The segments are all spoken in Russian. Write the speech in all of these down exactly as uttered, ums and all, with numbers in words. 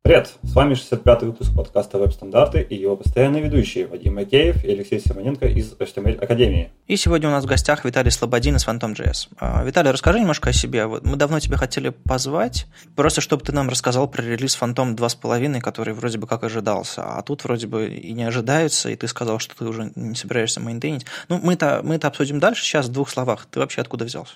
Привет! С вами шестьдесят пятый выпуск подкаста «Веб-стандарты» и его постоянные ведущие Вадим Макеев и Алексей Симоненко из эйч ти эм эль Академии. И сегодня у нас в гостях Виталий Слободин из Phantom.js. Виталий, расскажи немножко о себе. Мы давно тебя хотели позвать, просто чтобы ты нам рассказал про релиз Phantom два с половиной, который вроде бы как ожидался, а тут вроде бы и не ожидается, и ты сказал, что ты уже не собираешься мейнтейнить. Ну, мы-то, мы-то обсудим дальше, сейчас в двух словах. Ты вообще откуда взялся?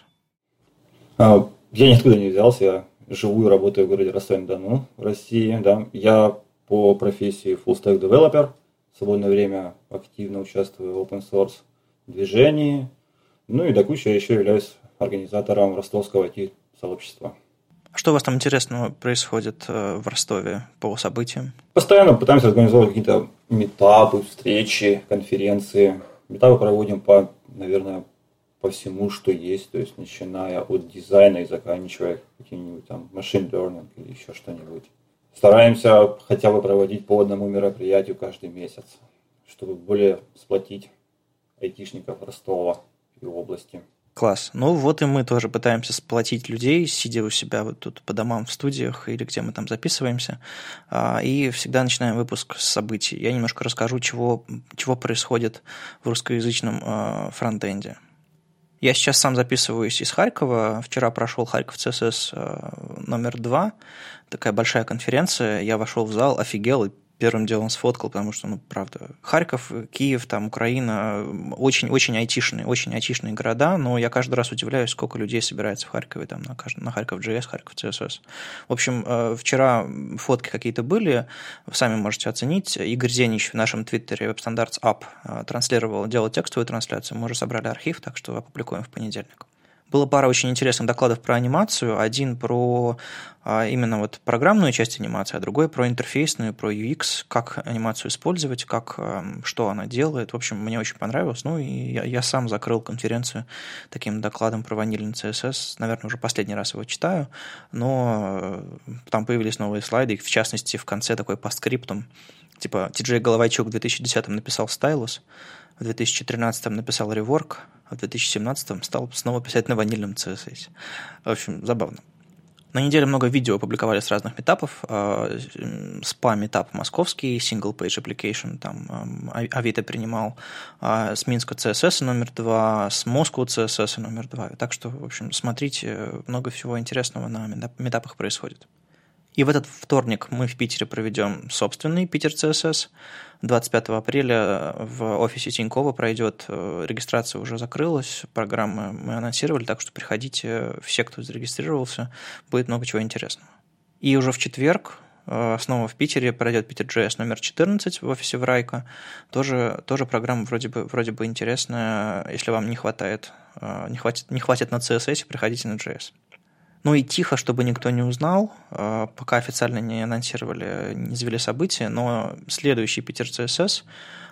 А, я никуда не взялся, я живу и работаю в городе Ростове-на-Дону, в России. Да. Я по профессии full stack developer, в свободное время активно участвую в open source движении. Ну и до кучи я еще являюсь организатором ростовского ай ти-сообщества. Что у вас там интересного происходит в Ростове по событиям? Постоянно пытаемся организовывать какие-то митапы, встречи, конференции. Митапы проводим по, наверное, по всему, что есть, то есть начиная от дизайна и заканчивая каким-нибудь там machine learning или еще что-нибудь. Стараемся хотя бы проводить по одному мероприятию каждый месяц, чтобы более сплотить айтишников Ростова и области. Класс. Ну вот и мы тоже пытаемся сплотить людей, сидя у себя вот тут по домам в студиях или где мы там записываемся, и всегда начинаем выпуск с событий. Я немножко расскажу, чего, чего происходит в русскоязычном фронтенде. Я сейчас сам записываюсь из Харькова. Вчера прошел Харьков си эс эс номер два. Такая большая конференция. Я вошел в зал, офигел и первым делом сфоткал, потому что, ну, правда, Харьков, Киев, там, Украина, очень-очень айтишные, очень айтишные города, но я каждый раз удивляюсь, сколько людей собирается в Харькове, там, на, каждом, на Харьков.js, Харьков си эс эс. В общем, вчера фотки какие-то были, вы сами можете оценить. Игорь Зенич в нашем твиттере WebStandards App транслировал, делал текстовую трансляцию, мы уже собрали архив, так что опубликуем в понедельник. Было пара очень интересных докладов про анимацию. Один про а, именно вот программную часть анимации, а другой про интерфейсную, про ю экс, как анимацию использовать, как, а, что она делает. В общем, мне очень понравилось. Ну, и я, я сам закрыл конференцию таким докладом про ванильный си эс эс. Наверное, уже последний раз его читаю, но там появились новые слайды, и в частности, в конце такой постскриптум. Типа, Ти Джей Головайчук в две тысячи десятом написал стайлус, в две тысячи тринадцатом написал реворк, а в две тысячи семнадцатом стал снова писать на ванильном си эс эс. В общем, забавно. На неделе много видео опубликовали с разных метапов. спа-метап московский, Single Page Application, там Авито принимал, с Минска си эс эс номер два, с Москвы си эс эс номер два. Так что, в общем, смотрите, много всего интересного на метапах происходит. И в этот вторник мы в Питере проведем собственный Питер си эс эс. двадцать пятого апреля в офисе Тинькова пройдет, регистрация уже закрылась, программы мы анонсировали, так что приходите, все, кто зарегистрировался, будет много чего интересного. И уже в четверг снова в Питере пройдет Питер.js номер четырнадцать в офисе Врайка. Тоже, тоже программа вроде бы, вроде бы интересная. Если вам не хватает, не хватит, не хватит на си эс эс, приходите на джей эс. Ну и тихо, чтобы никто не узнал, пока официально не анонсировали, не завели события, но следующий Питер си эс эс,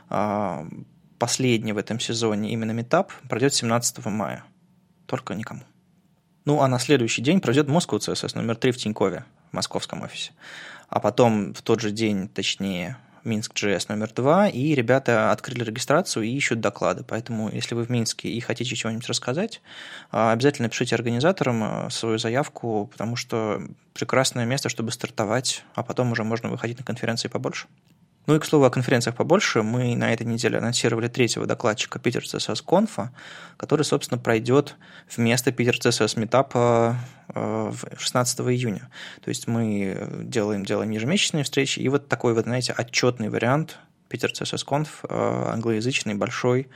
последний в этом сезоне именно метап, пройдет семнадцатого мая. Только никому. Ну а на следующий день пройдет Москва си эс эс номер три в Тинькове, в московском офисе. А потом в тот же день, точнее, Минск.js номер два, и ребята открыли регистрацию и ищут доклады. Поэтому, если вы в Минске и хотите чего-нибудь рассказать, обязательно пишите организаторам свою заявку, потому что прекрасное место, чтобы стартовать, а потом уже можно выходить на конференции побольше. Ну и, к слову, о конференциях побольше. Мы на этой неделе анонсировали третьего докладчика Питер си эс эс Конфа, который, собственно, пройдет вместо Питер си эс эс метапа шестнадцатого июня. То есть мы делаем, делаем ежемесячные встречи, и вот такой вот, знаете, отчетный вариант Питер си эс эс Конф, англоязычный, большой.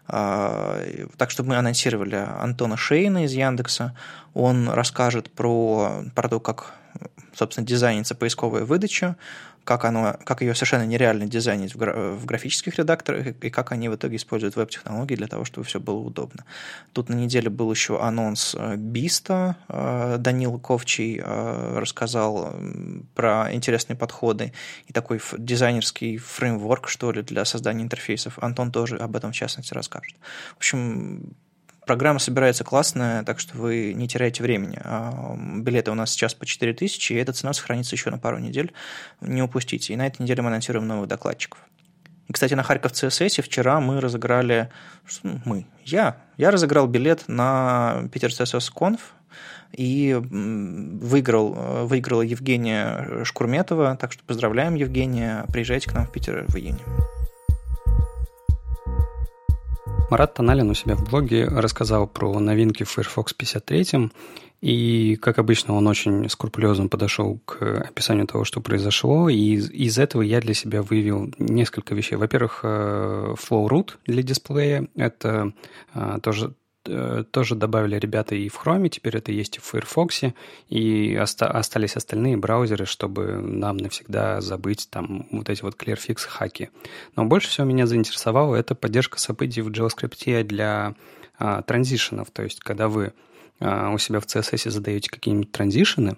Так что мы анонсировали Антона Шейна из Яндекса. Он расскажет про, про то, как, собственно, дизайнится поисковая выдача, как, оно, как ее совершенно нереально дизайнить в, гра- в графических редакторах, и как они в итоге используют веб-технологии для того, чтобы все было удобно. Тут на неделе был еще анонс Биста. Данил Ковчий рассказал про интересные подходы и такой дизайнерский фреймворк, что ли, для создания интерфейсов. Антон тоже об этом, в частности, расскажет. В общем, программа собирается классная, так что вы не теряете времени. Билеты у нас сейчас по четыре тысячи, и эта цена сохранится еще на пару недель. Не упустите. И на этой неделе мы анонсируем новых докладчиков. И, кстати, на Харьков си эс эс вчера мы разыграли... Мы? Я. Я разыграл билет на Питер си эс эс Conf И выиграл, выиграла Евгения Шкурметова, так что поздравляем, Евгения, приезжайте к нам в Питер в июне. Марат Тоналин у себя в блоге рассказал про новинки в Firefox пятьдесят три, и, как обычно, он очень скрупулезно подошел к описанию того, что произошло, и из, из этого я для себя выявил несколько вещей. Во-первых, FlowRoot для дисплея, это тоже тоже добавили ребята и в Chrome, теперь это есть и в Firefox, и оста- остались остальные браузеры, чтобы нам навсегда забыть там вот эти вот ClearFix хаки. Но больше всего меня заинтересовало это поддержка событий в JavaScript для а, транзишенов, то есть когда вы а, у себя в си эс эс задаете какие-нибудь транзишены,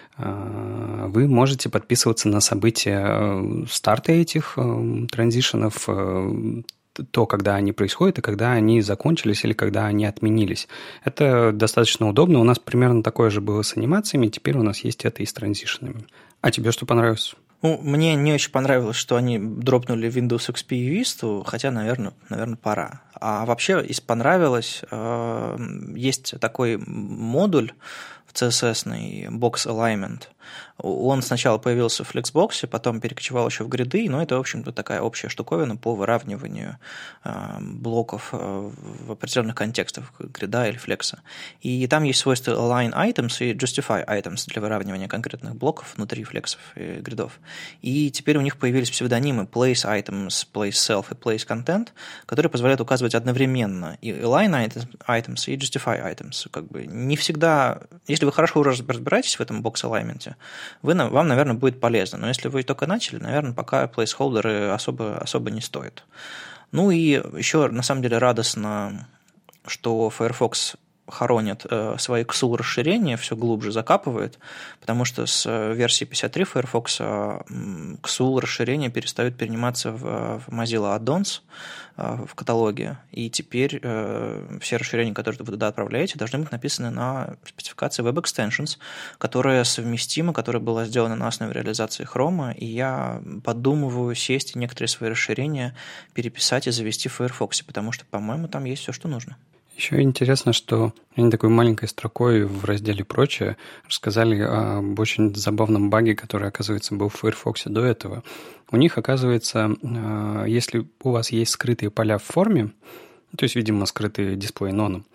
а, вы можете подписываться на события старта этих а, транзишенов, а, то, когда они происходят, и когда они закончились или когда они отменились. Это достаточно удобно. У нас примерно такое же было с анимациями, теперь у нас есть это и с транзишенами. А тебе что понравилось? Ну, мне не очень понравилось, что они дропнули Windows икс пи и Vista, хотя, наверное, наверное, пора. А вообще, из понравилось, есть такой модуль в си эс эс-ный Box Alignment. Он сначала появился в Flexbox, потом перекочевал еще в гриды, но это, в общем-то, такая общая штуковина по выравниванию блоков в определенных контекстах, грида или флекса. И там есть свойства Align Items и Justify Items для выравнивания конкретных блоков внутри флексов и гридов. И теперь у них появились псевдонимы Place Items, Place Self и Place Content, которые позволяют указывать одновременно и Align Items, и Justify Items. Как бы не всегда, если вы хорошо разбираетесь в этом бокс-алайнменте, вы, вам, наверное, будет полезно. Но если вы только начали, наверное, пока плейсхолдеры особо, особо не стоит. Ну и еще, на самом деле, радостно, что Firefox хоронит э, свои кс ю эл расширения, все глубже закапывает, потому что с версии пятьдесят три Firefox э, кс ю эл расширения перестают перениматься в, в Mozilla Add-ons э, в каталоге, и теперь э, все расширения, которые вы туда отправляете, должны быть написаны на спецификации Web Extensions, которая совместима, которая была сделана на основе реализации Chrome, и я подумываю сесть и некоторые свои расширения переписать и завести в Firefox, потому что, по-моему, там есть все, что нужно. Еще интересно, что они такой маленькой строкой в разделе «Прочее» рассказали об очень забавном баге, который, оказывается, был в Firefox до этого. У них, оказывается, если у вас есть скрытые поля в форме, то есть, видимо, скрытый дисплей ноном,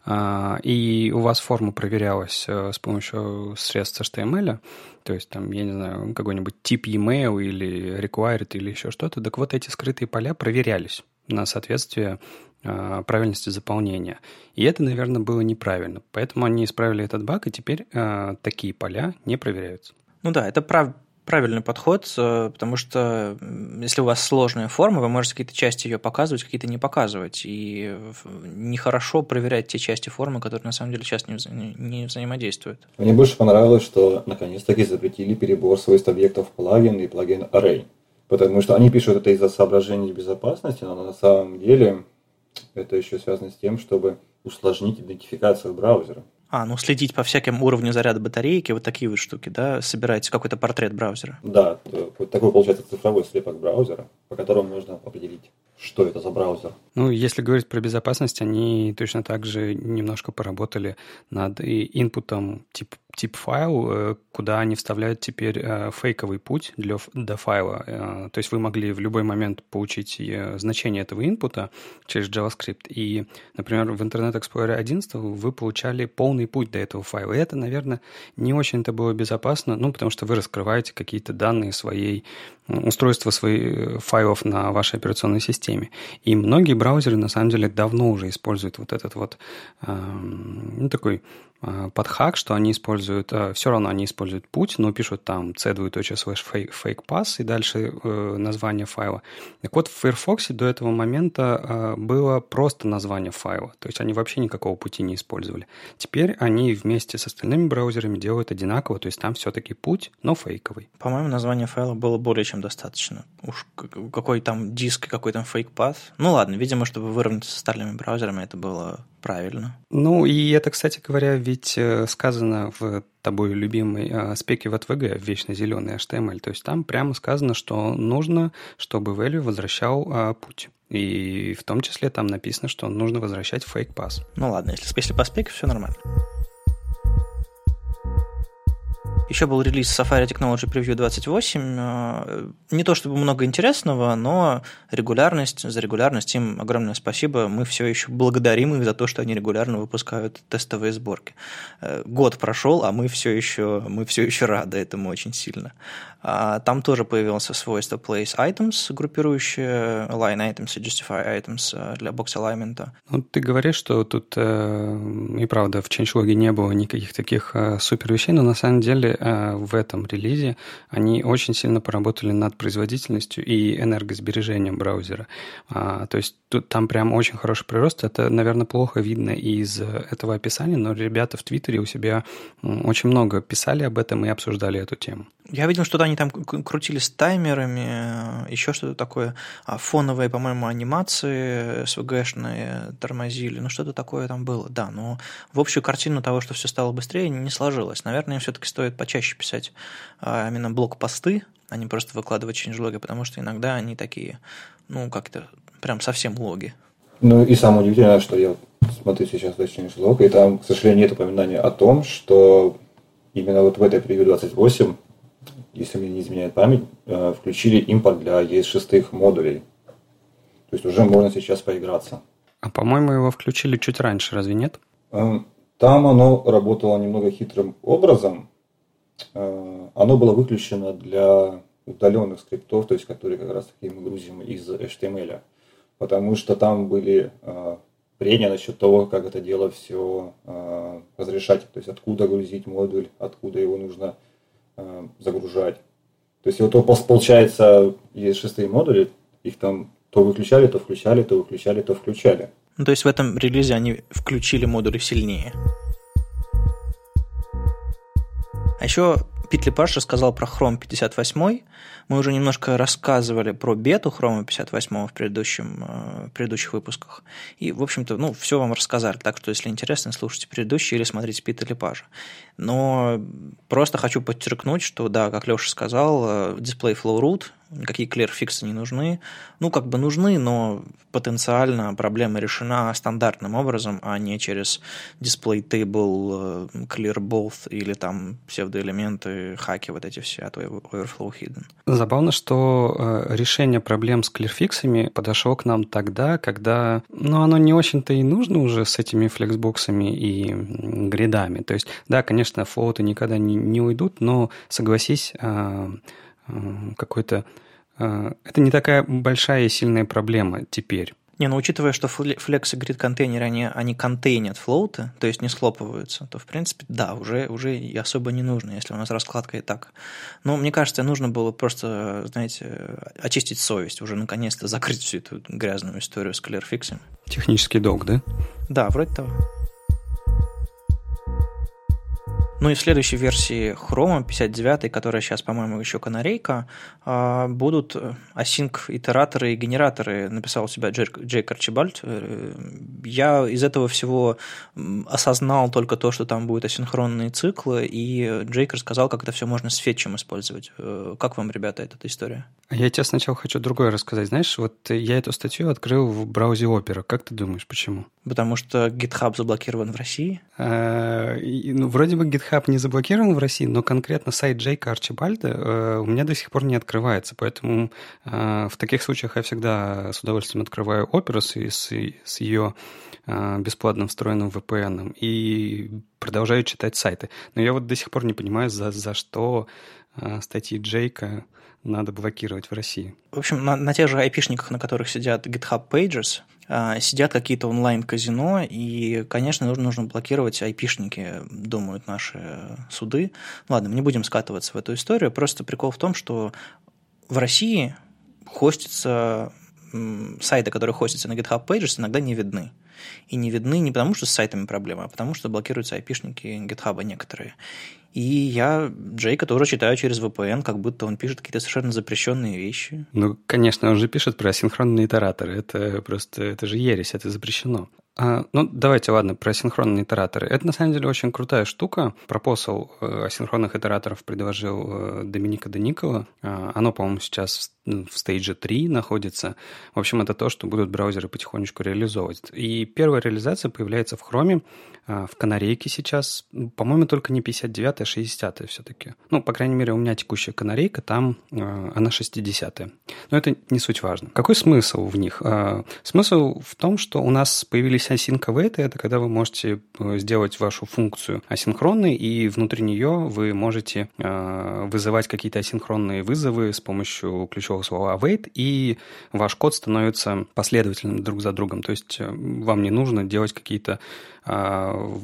и у вас форма проверялась с помощью средств эйч ти эм эль, то есть, там, я не знаю, какой-нибудь тип e-mail или required или еще что-то, так вот эти скрытые поля проверялись на соответствие правильности заполнения. И это, наверное, было неправильно. Поэтому они исправили этот баг, и теперь э, такие поля не проверяются. Ну да, это прав, правильный подход, потому что если у вас сложная форма, вы можете какие-то части ее показывать, какие-то не показывать. И нехорошо проверять те части формы, которые на самом деле сейчас не, вза- не взаимодействуют. Мне больше понравилось, что наконец-таки запретили перебор свойств объектов плагин и плагин Array. Потому что они пишут это из-за соображений безопасности, но на самом деле это еще связано с тем, чтобы усложнить идентификацию браузера. А, ну следить по всяким уровням заряда батарейки, вот такие вот штуки, да, собираете какой-то портрет браузера. Да, вот такой получается цифровой слепок браузера, по которому можно определить, что это за браузер. Ну, если говорить про безопасность, они точно так же немножко поработали над инпутом тип, тип файл, куда они вставляют теперь фейковый путь для, до файла. То есть вы могли в любой момент получить значение этого инпута через JavaScript. И, например, в Internet Explorer одиннадцать вы получали полный путь до этого файла. И это, наверное, не очень-то было безопасно, ну, потому что вы раскрываете какие-то данные своей, устройства своих файлов на вашей операционной системе. И многие браузеры, на самом деле, давно уже используют вот этот вот э, ну, такой э, подхак, что они используют, э, все равно они используют путь, но пишут там c двоеточие слэш fake pass и дальше э, название файла. Так вот, в Firefox до этого момента э, было просто название файла, то есть они вообще никакого пути не использовали. Теперь они вместе с остальными браузерами делают одинаково, то есть там все-таки путь, но фейковый. По-моему, название файла было более чем достаточно. Уж какой там диск и какой там fake path. Ну ладно, видимо, чтобы выровняться с остальными браузерами, это было правильно. Ну и это, кстати говоря, ведь сказано в тобой любимой спеке в эй ти ви джи, в вечно зеленый эйч ти эм эль. То есть там прямо сказано, что нужно, чтобы value возвращал а, путь. И в том числе там написано, что нужно возвращать fake pass. Ну ладно, если, если по спеке, все нормально. Еще был релиз Safari Technology Preview двадцать восемь. Не то чтобы много интересного, но регулярность, за регулярность им огромное спасибо. Мы все еще благодарим их за то, что они регулярно выпускают тестовые сборки. Год прошел, а мы все еще, мы все еще рады этому очень сильно. Там тоже появился свойство Place Items, группирующее Align Items и Justify Items для бокс-алайнмента. Ну, ты говоришь, что тут э, и правда в changelog не было никаких таких э, супер вещей, но на самом деле э, в этом релизе они очень сильно поработали над производительностью и энергосбережением браузера. А, то есть тут, там прям очень хороший прирост. Это, наверное, плохо видно из этого описания, но ребята в Твиттере у себя очень много писали об этом и обсуждали эту тему. Я видел, что они там крутили с таймерами, еще что-то такое. Фоновые, по-моему, анимации эс ви джи-шные тормозили. Ну, что-то такое там было, да. Но в общую картину того, что все стало быстрее, не сложилось. Наверное, им все-таки стоит почаще писать именно блог-посты, а не просто выкладывать changelog, потому что иногда они такие, ну, как-то прям совсем логи. Ну, и самое удивительное, что я смотрю сейчас в changelog, и там, к сожалению, нет упоминания о том, что именно вот в этой превью двадцать восемь, если мне не изменяет память, включили импорт для и эс шесть модулей. То есть уже можно сейчас поиграться. А, по-моему, его включили чуть раньше, разве нет? Там оно работало немного хитрым образом. Оно было выключено для удаленных скриптов, то есть которые как раз таки мы грузим из эйч ти эм эль. Потому что там были прения насчет того, как это дело все разрешать. То есть откуда грузить модуль, откуда его нужно загружать. То есть вот получается и эс шесть модули, их там то выключали, то включали, то выключали, то включали. Ну, то есть в этом релизе они включили модули сильнее. А еще Пит Лепаж рассказал про Chrome пятьдесят восемь. Мы уже немножко рассказывали про бету Chrome пятьдесят восемь в, предыдущем, в предыдущих выпусках. И, в общем-то, ну, все вам рассказали. Так что, если интересно, слушайте предыдущие или смотрите Пита Лепажа. Но просто хочу подчеркнуть, что, да, как Леша сказал, Display Flow Root, никакие clear-фиксы не нужны. Ну, как бы нужны, но потенциально проблема решена стандартным образом, а не через Display Table, Clear Both или там псевдоэлементы, хаки вот эти все от Overflow Hidden. Забавно, что решение проблем с клирфиксами подошло к нам тогда, когда, ну, оно не очень-то и нужно уже с этими флексбоксами и гридами. То есть, да, конечно, флоуты никогда не, не уйдут, но, согласись, какой-то... Это не такая большая и сильная проблема теперь. Не, ну учитывая, что Flex и Grid контейнеры, они, они контейнят флоуты, то есть не схлопываются, то, в принципе, да, уже, уже и особо не нужно, если у нас раскладка и так. Но мне кажется, нужно было просто, знаете, очистить совесть, уже наконец-то закрыть всю эту грязную историю с клирфиксами. Технический долг, да? Да, вроде того. Ну и в следующей версии Chrome пятьдесят девять, которая сейчас, по-моему, еще канарейка, будут async-итераторы и генераторы, написал у себя Джейк Арчибальд. Я из этого всего осознал только то, что там будут асинхронные циклы, и Джейк рассказал, как это все можно с фетчем использовать. Как вам, ребята, эта история? Я тебе сначала хочу другое рассказать. Знаешь, вот я эту статью открыл в браузере Opera. Как ты думаешь, почему? Потому что GitHub заблокирован в России? А, ну, вроде бы GitHub не заблокирован в России, но конкретно сайт Джейка Арчибальда э, у меня до сих пор не открывается. Поэтому э, в таких случаях я всегда с удовольствием открываю Opera с, с, с ее э, бесплатным встроенным ви пи эн и продолжаю читать сайты. Но я вот до сих пор не понимаю, за, за что э, статьи Джейка надо блокировать в России. В общем, на, на тех же айпишниках, на которых сидят GitHub Pages, э, сидят какие-то онлайн-казино, и, конечно, нужно, нужно блокировать айпишники, думают наши суды. Ладно, мы не будем скатываться в эту историю, просто прикол в том, что в России хостятся м, сайты, которые хостятся на GitHub Pages, иногда не видны. И не видны не потому, что с сайтами проблема, а потому, что блокируются айпишники GitHub некоторые. И я Джейка тоже читаю через ви пи эн, как будто он пишет какие-то совершенно запрещенные вещи. Ну, конечно, он же пишет про асинхронные итераторы. Это просто, это же ересь, это запрещено. А, ну, давайте, ладно, про асинхронные итераторы. Это, на самом деле, очень крутая штука. Пропосал э, асинхронных итераторов предложил э, Доминика Деникова. Э, оно, по-моему, сейчас в, в стейдже три находится. В общем, это то, что будут браузеры потихонечку реализовывать. И первая реализация появляется в Chrome, э, в канарейке сейчас. По-моему, только не пятьдесят девятая, а шестидесятая все-таки. Ну, по крайней мере, у меня текущая канарейка, там э, она шестидесятая. Но это не суть важно. Какой смысл в них? Э, смысл в том, что у нас появились async await, это когда вы можете сделать вашу функцию асинхронной, и внутри нее вы можете э, вызывать какие-то асинхронные вызовы с помощью ключевого слова await, и ваш код становится последовательным друг за другом. То есть вам не нужно делать какие-то э,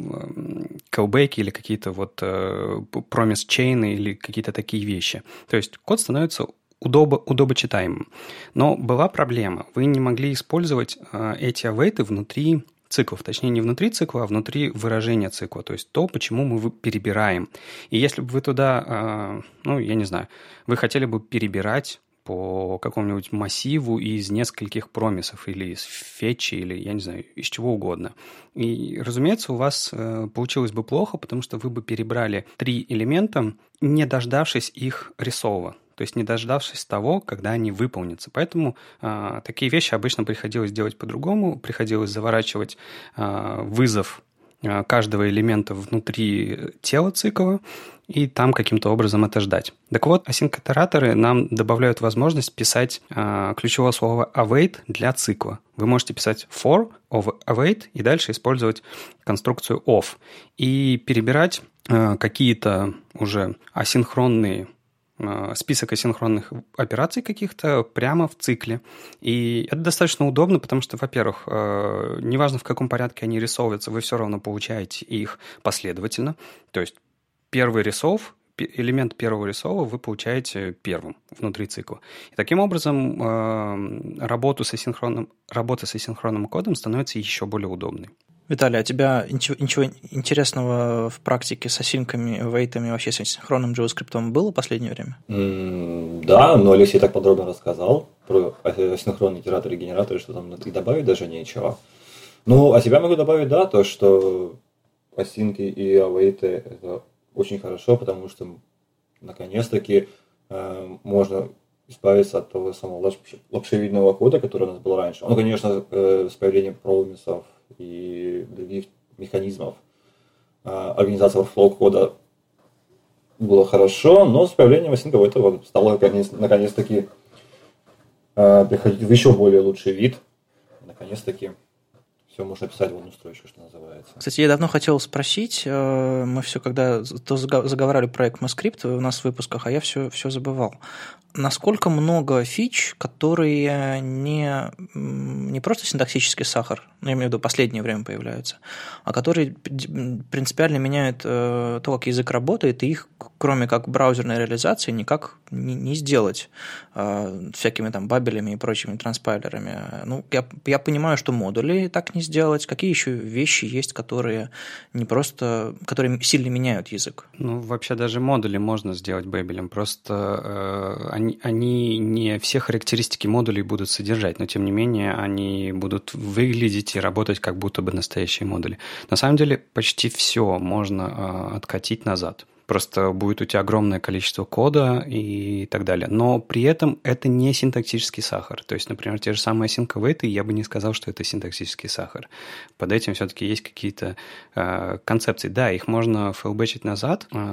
callback или какие-то вот э, promise chain или какие-то такие вещи. То есть код становится Удобо, удобочитаемым. Но была проблема. Вы не могли использовать э, эти await внутри циклов. Точнее, не внутри цикла, а внутри выражения цикла. То есть то, почему мы перебираем. И если бы вы туда, э, ну, я не знаю, вы хотели бы перебирать по какому-нибудь массиву из нескольких промисов или из фетчи, или, я не знаю, из чего угодно. И, разумеется, у вас э, получилось бы плохо, потому что вы бы перебрали три элемента, не дождавшись их ресолва. То есть не дождавшись того, когда они выполнятся. Поэтому э, такие вещи обычно приходилось делать по-другому. Приходилось заворачивать э, вызов э, каждого элемента внутри тела цикла и там каким-то образом это ждать. Так вот, async-итераторы нам добавляют возможность писать э, ключевое слово await для цикла. Вы можете писать for of await и дальше использовать конструкцию of. И перебирать э, какие-то уже асинхронные список асинхронных операций каких-то прямо в цикле. И это достаточно удобно, потому что, во-первых, неважно, в каком порядке они рисовываются, вы все равно получаете их последовательно. То есть первый рисов, элемент первого рисова вы получаете первым внутри цикла. И таким образом работу с асинхронным, работа с асинхронным кодом становится еще более удобной. Виталий, а у тебя ничего, ничего интересного в практике с асинками, вейтами, вообще с асинхронным JavaScript было в последнее время? Mm, да, но Алексей так подробно рассказал про асинхронные итераторы и генераторы, что там и добавить даже нечего. Ну, а себя могу добавить, да, то, что асинки и await это очень хорошо, потому что наконец-таки э, можно избавиться от того самого лапшевидного кода, который у нас был раньше. Он, конечно, э, с появлением промисов и других механизмов э, организации workflow кода было хорошо, но с появлением асинка этого стало наконец- наконец-таки э, приходить в еще более лучший вид. Наконец-таки все можно писать в одну строчку, что называется. Кстати, я давно хотел спросить, мы все когда то заговаривали про ECMAScript у нас в выпусках, а я все, все забывал. Насколько много фич, которые не, не просто синтаксический сахар, ну, я имею в виду, последнее время появляются, а которые принципиально меняют то, как язык работает, и их, кроме как браузерной реализации, никак не, не сделать всякими там бабелями и прочими транспайлерами. Ну, я, я понимаю, что модули так не сделать. Какие еще вещи есть, которые не просто, которые сильно меняют язык? Ну, вообще даже модули можно сделать бабелем, просто э, они, они не все характеристики модулей будут содержать, но тем не менее они будут выглядеть и работать как будто бы настоящие модули. На самом деле почти все можно э, откатить назад. Просто будет у тебя огромное количество кода и так далее. Но при этом это не синтаксический сахар. То есть, например, те же самые async-await, я бы не сказал, что это синтаксический сахар. Под этим все-таки есть какие-то э, концепции. Да, их можно фейлбэчить назад, э,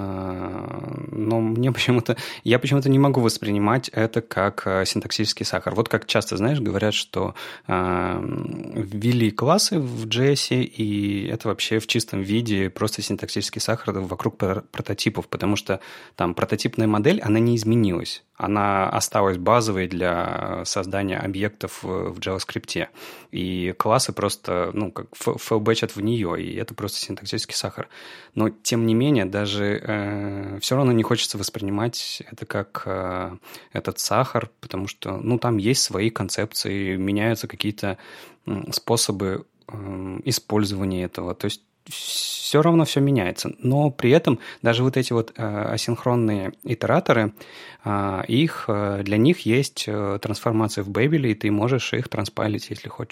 но мне почему-то... Я почему-то не могу воспринимать это как э, синтаксический сахар. Вот как часто, знаешь, говорят, что э, ввели классы в джей эс, и это вообще в чистом виде просто синтаксический сахар вокруг прототипа. Типов, потому что там прототипная модель, она не изменилась. Она осталась базовой для создания объектов в JavaScript. И классы просто, ну, как фейлбэчат в нее, и это просто синтаксический сахар. Но, тем не менее, даже э, все равно не хочется воспринимать это как э, этот сахар, потому что, ну, там есть свои концепции, меняются какие-то э, способы э, использования этого. То есть все равно все меняется, но при этом даже вот эти вот э, асинхронные итераторы, э, их, э, для них есть э, трансформация в Babel, и ты можешь их транспайлить, если хочешь.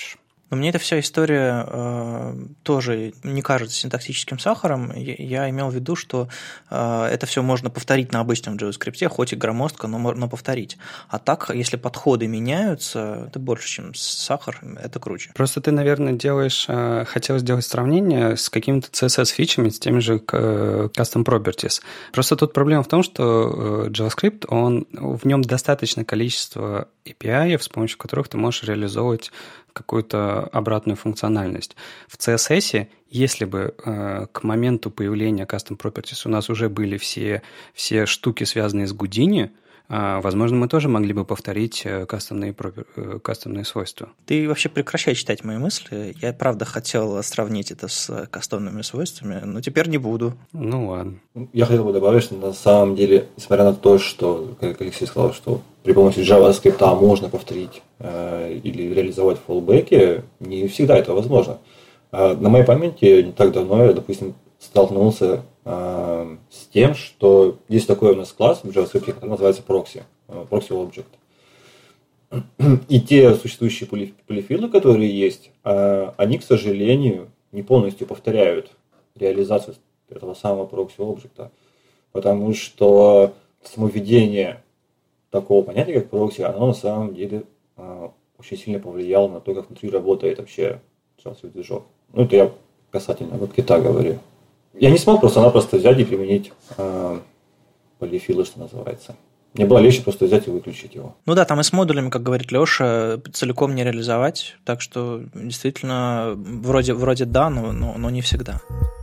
Но мне эта вся история э, тоже не кажется синтаксическим сахаром. Я, я имел в виду, что э, это все можно повторить на обычном JavaScript, хоть и громоздко, но, но повторить. А так, если подходы меняются, это больше, чем сахар, это круче. Просто ты, наверное, делаешь, э, хотел сделать сравнение с какими-то си эс эс-фичами, с теми же э, Custom Properties. Просто тут проблема в том, что э, JavaScript, он, в нем достаточное количество эй пи ай, с помощью которых ты можешь реализовывать какую-то обратную функциональность. В си эс эс, если бы э, к моменту появления Custom Properties у нас уже были все, все штуки, связанные с Houdini, э, возможно, мы тоже могли бы повторить э, кастомные, э, кастомные свойства. Ты вообще прекращай читать мои мысли. Я, правда, хотел сравнить это с кастомными свойствами, но теперь не буду. Ну, ладно. Я хотел бы добавить, что на самом деле, несмотря на то, что, как Алексей сказал, что при помощи JavaScript можно повторить э, или реализовать фоллбеки, не всегда это возможно. Э, на моей памяти не так давно я, допустим, столкнулся э, с тем, что есть такой у нас класс в JavaScript, который называется proxy, э, proxy object. И те существующие полифилы, которые есть, э, они, к сожалению, не полностью повторяют реализацию этого самого proxy object, потому что само введение такого понятия, как прокси, оно на самом деле э, очень сильно повлияло на то, как внутри работает вообще JavaScript движок. Ну, это я касательно WebKit говорю. Я не смог просто-напросто взять и применить э, полифилы, что называется. Мне было легче просто взять и выключить его. Ну да, там и с модулями, как говорит Леша, целиком не реализовать, так что действительно вроде, вроде да, но, но, но не всегда.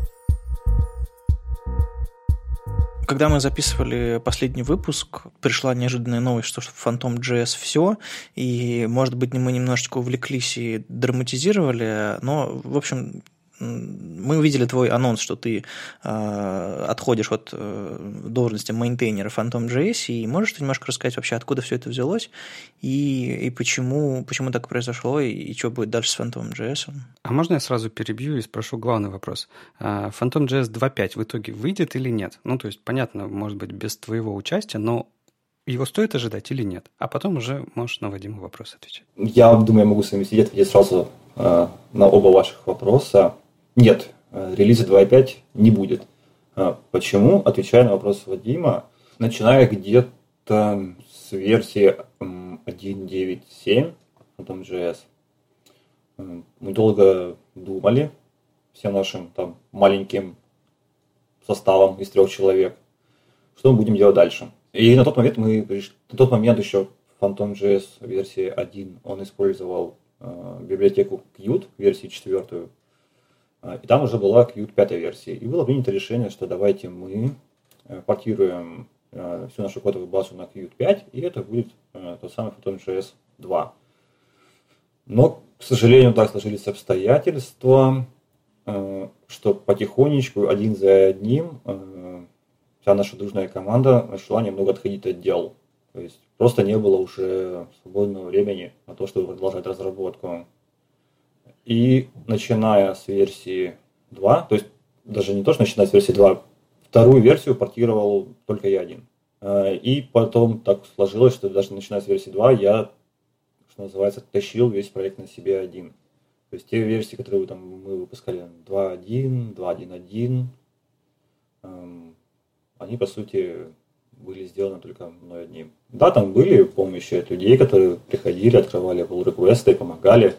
Когда мы записывали последний выпуск, пришла неожиданная новость, что в Phantom.js все, и, может быть, мы немножечко увлеклись и драматизировали, но, в общем, мы увидели твой анонс, что ты э, отходишь от э, должности мейнтейнера Phantom.js, и можешь немножко рассказать вообще, откуда все это взялось, и, и почему, почему так произошло, и, и что будет дальше с Phantom.js? А можно я сразу перебью и спрошу главный вопрос? Phantom.js два точка пять в итоге выйдет или нет? Ну, то есть, понятно, может быть, без твоего участия, но его стоит ожидать или нет? А потом уже можешь на Вадима вопрос отвечать. Я думаю, я могу совместить ответить сразу э, на оба ваших вопроса. Нет, релиза два точка пять не будет. Почему? Отвечая на вопрос Вадима, начиная где-то с версии один точка девять точка семь Phantom.js, мы долго думали всем нашим там маленьким составом из трех человек, что мы будем делать дальше. И на тот момент мы на тот момент еще Phantom.js версии один он использовал э, библиотеку Qt версии четвертую. И там уже была Qt пятая версия. И было принято решение, что давайте мы портируем всю нашу кодовую базу на Qt пять, и это будет тот самый Phantom.js два. Но, к сожалению, так сложились обстоятельства, что потихонечку, один за одним, вся наша дружная команда начала немного отходить от дел. То есть просто не было уже свободного времени на то, чтобы продолжать разработку. И начиная с версии два, то есть даже не то, что начиная с версии два, вторую версию портировал только я один. И потом так сложилось, что даже начиная с версии два я, что называется, тащил весь проект на себе один. То есть те версии, которые там, мы выпускали два точка один, два точка один точка один, они, по сути, были сделаны только мной одним. Да, там были помощи от людей, которые приходили, открывали pull реквесты, помогали.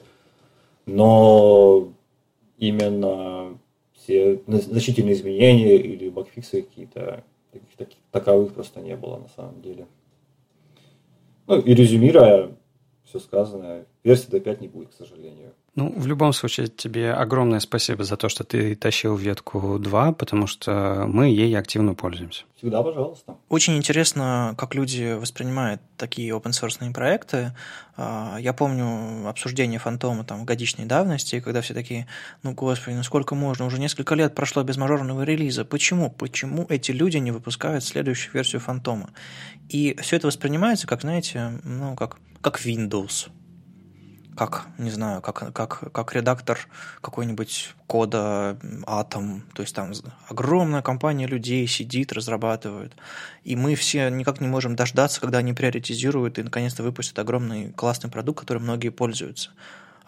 Но именно все значительные изменения или багфиксы какие-то, таких, таких, таковых просто не было на самом деле. Ну и резюмируя все сказанное, версии два точка пять не будет, к сожалению. Ну, в любом случае, тебе огромное спасибо за то, что ты тащил ветку два, потому что мы ей активно пользуемся. Всегда, пожалуйста. Очень интересно, как люди воспринимают такие open-source проекты. Я помню обсуждение Фантома там, в годичной давности, когда все такие, ну, господи, ну сколько можно, уже несколько лет прошло без мажорного релиза. Почему? Почему эти люди не выпускают следующую версию Фантома? И все это воспринимается, как, знаете, ну, как, как Windows. Как, не знаю, как, как, как редактор какой-нибудь кода Atom, то есть там огромная компания людей сидит, разрабатывает, и мы все никак не можем дождаться, когда они приоритизируют и наконец-то выпустят огромный классный продукт, которым многие пользуются.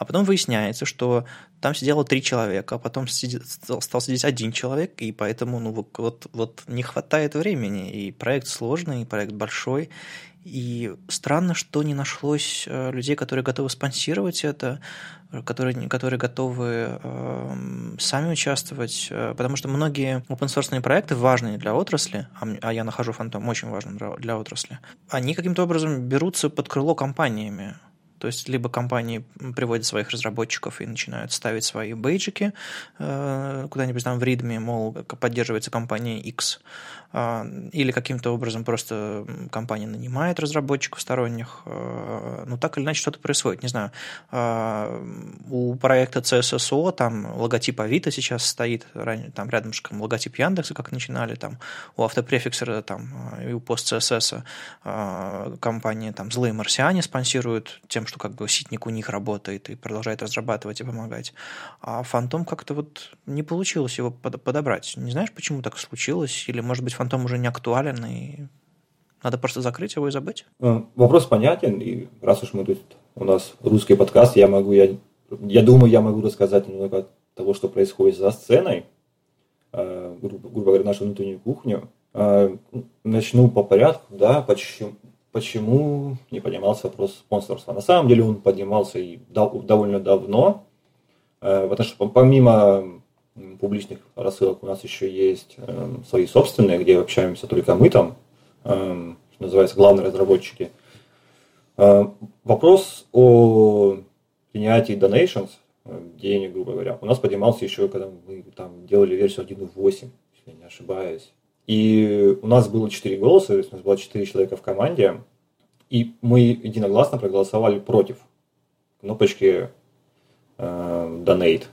А потом выясняется, что там сидело три человека, а потом сидит, стал сидеть один человек, и поэтому ну, вот, вот не хватает времени. И проект сложный, и проект большой. И странно, что не нашлось людей, которые готовы спонсировать это, которые, которые готовы э, сами участвовать, потому что многие open-source проекты важные для отрасли, а я нахожу Phantom очень важным для отрасли, они каким-то образом берутся под крыло компаниями. То есть либо компании приводят своих разработчиков и начинают ставить свои бейджики э, куда-нибудь там в README, мол, поддерживается компания X, э, или каким-то образом просто компания нанимает разработчиков сторонних. Э, ну, так или иначе что-то происходит. Не знаю, э, у проекта си эс эс о там логотип Авито сейчас стоит, там рядышком логотип Яндекса, как начинали, там у автопрефиксера там, и у PostCSS э, компании там «Злые марсиане» спонсируют тем, что как бы ситник у них работает и продолжает разрабатывать и помогать. А Phantom как-то вот не получилось его подобрать. Не знаешь, почему так случилось? Или, может быть, Phantom уже не актуален, и надо просто закрыть его и забыть? Вопрос понятен, и раз уж мы тут, у нас русский подкаст, я могу, я, я думаю, я могу рассказать немного того, что происходит за сценой, грубо, грубо говоря, нашу внутреннюю кухню. Начну по порядку, да, почему Почему не поднимался вопрос спонсорства? На самом деле он поднимался и довольно давно, потому что помимо публичных рассылок у нас еще есть свои собственные, где общаемся только мы там, что называется, главные разработчики. Вопрос о принятии donations, денег, грубо говоря, у нас поднимался еще, когда мы там делали версию один точка восемь, если я не ошибаюсь. И у нас было четыре голоса, то есть у нас было четыре человека в команде, и мы единогласно проголосовали против кнопочки э, Donate.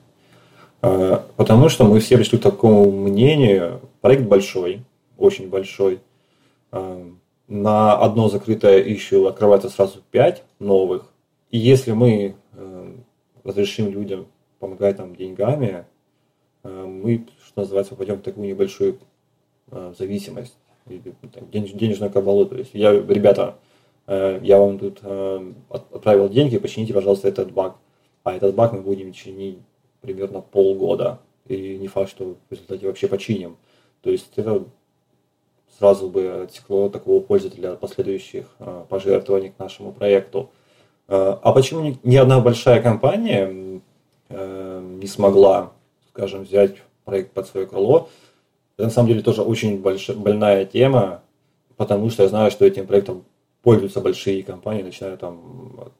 Э, потому что мы все пришли к такому мнению, проект большой, очень большой. Э, на одно закрытое issue открывается сразу пять новых. И если мы э, разрешим людям помогать нам деньгами, э, мы, что называется, попадем в такую небольшую зависимость, денежную кабалу. То есть я, ребята, я вам тут отправил деньги, почините, пожалуйста, этот баг. А этот баг мы будем чинить примерно полгода. И не факт, что в результате вообще починим. То есть это сразу бы отсекло такого пользователя от последующих пожертвований к нашему проекту. А почему ни одна большая компания не смогла, скажем, взять проект под свое крыло? Это на самом деле тоже очень большая, больная тема, потому что я знаю, что этим проектом пользуются большие компании, начиная там от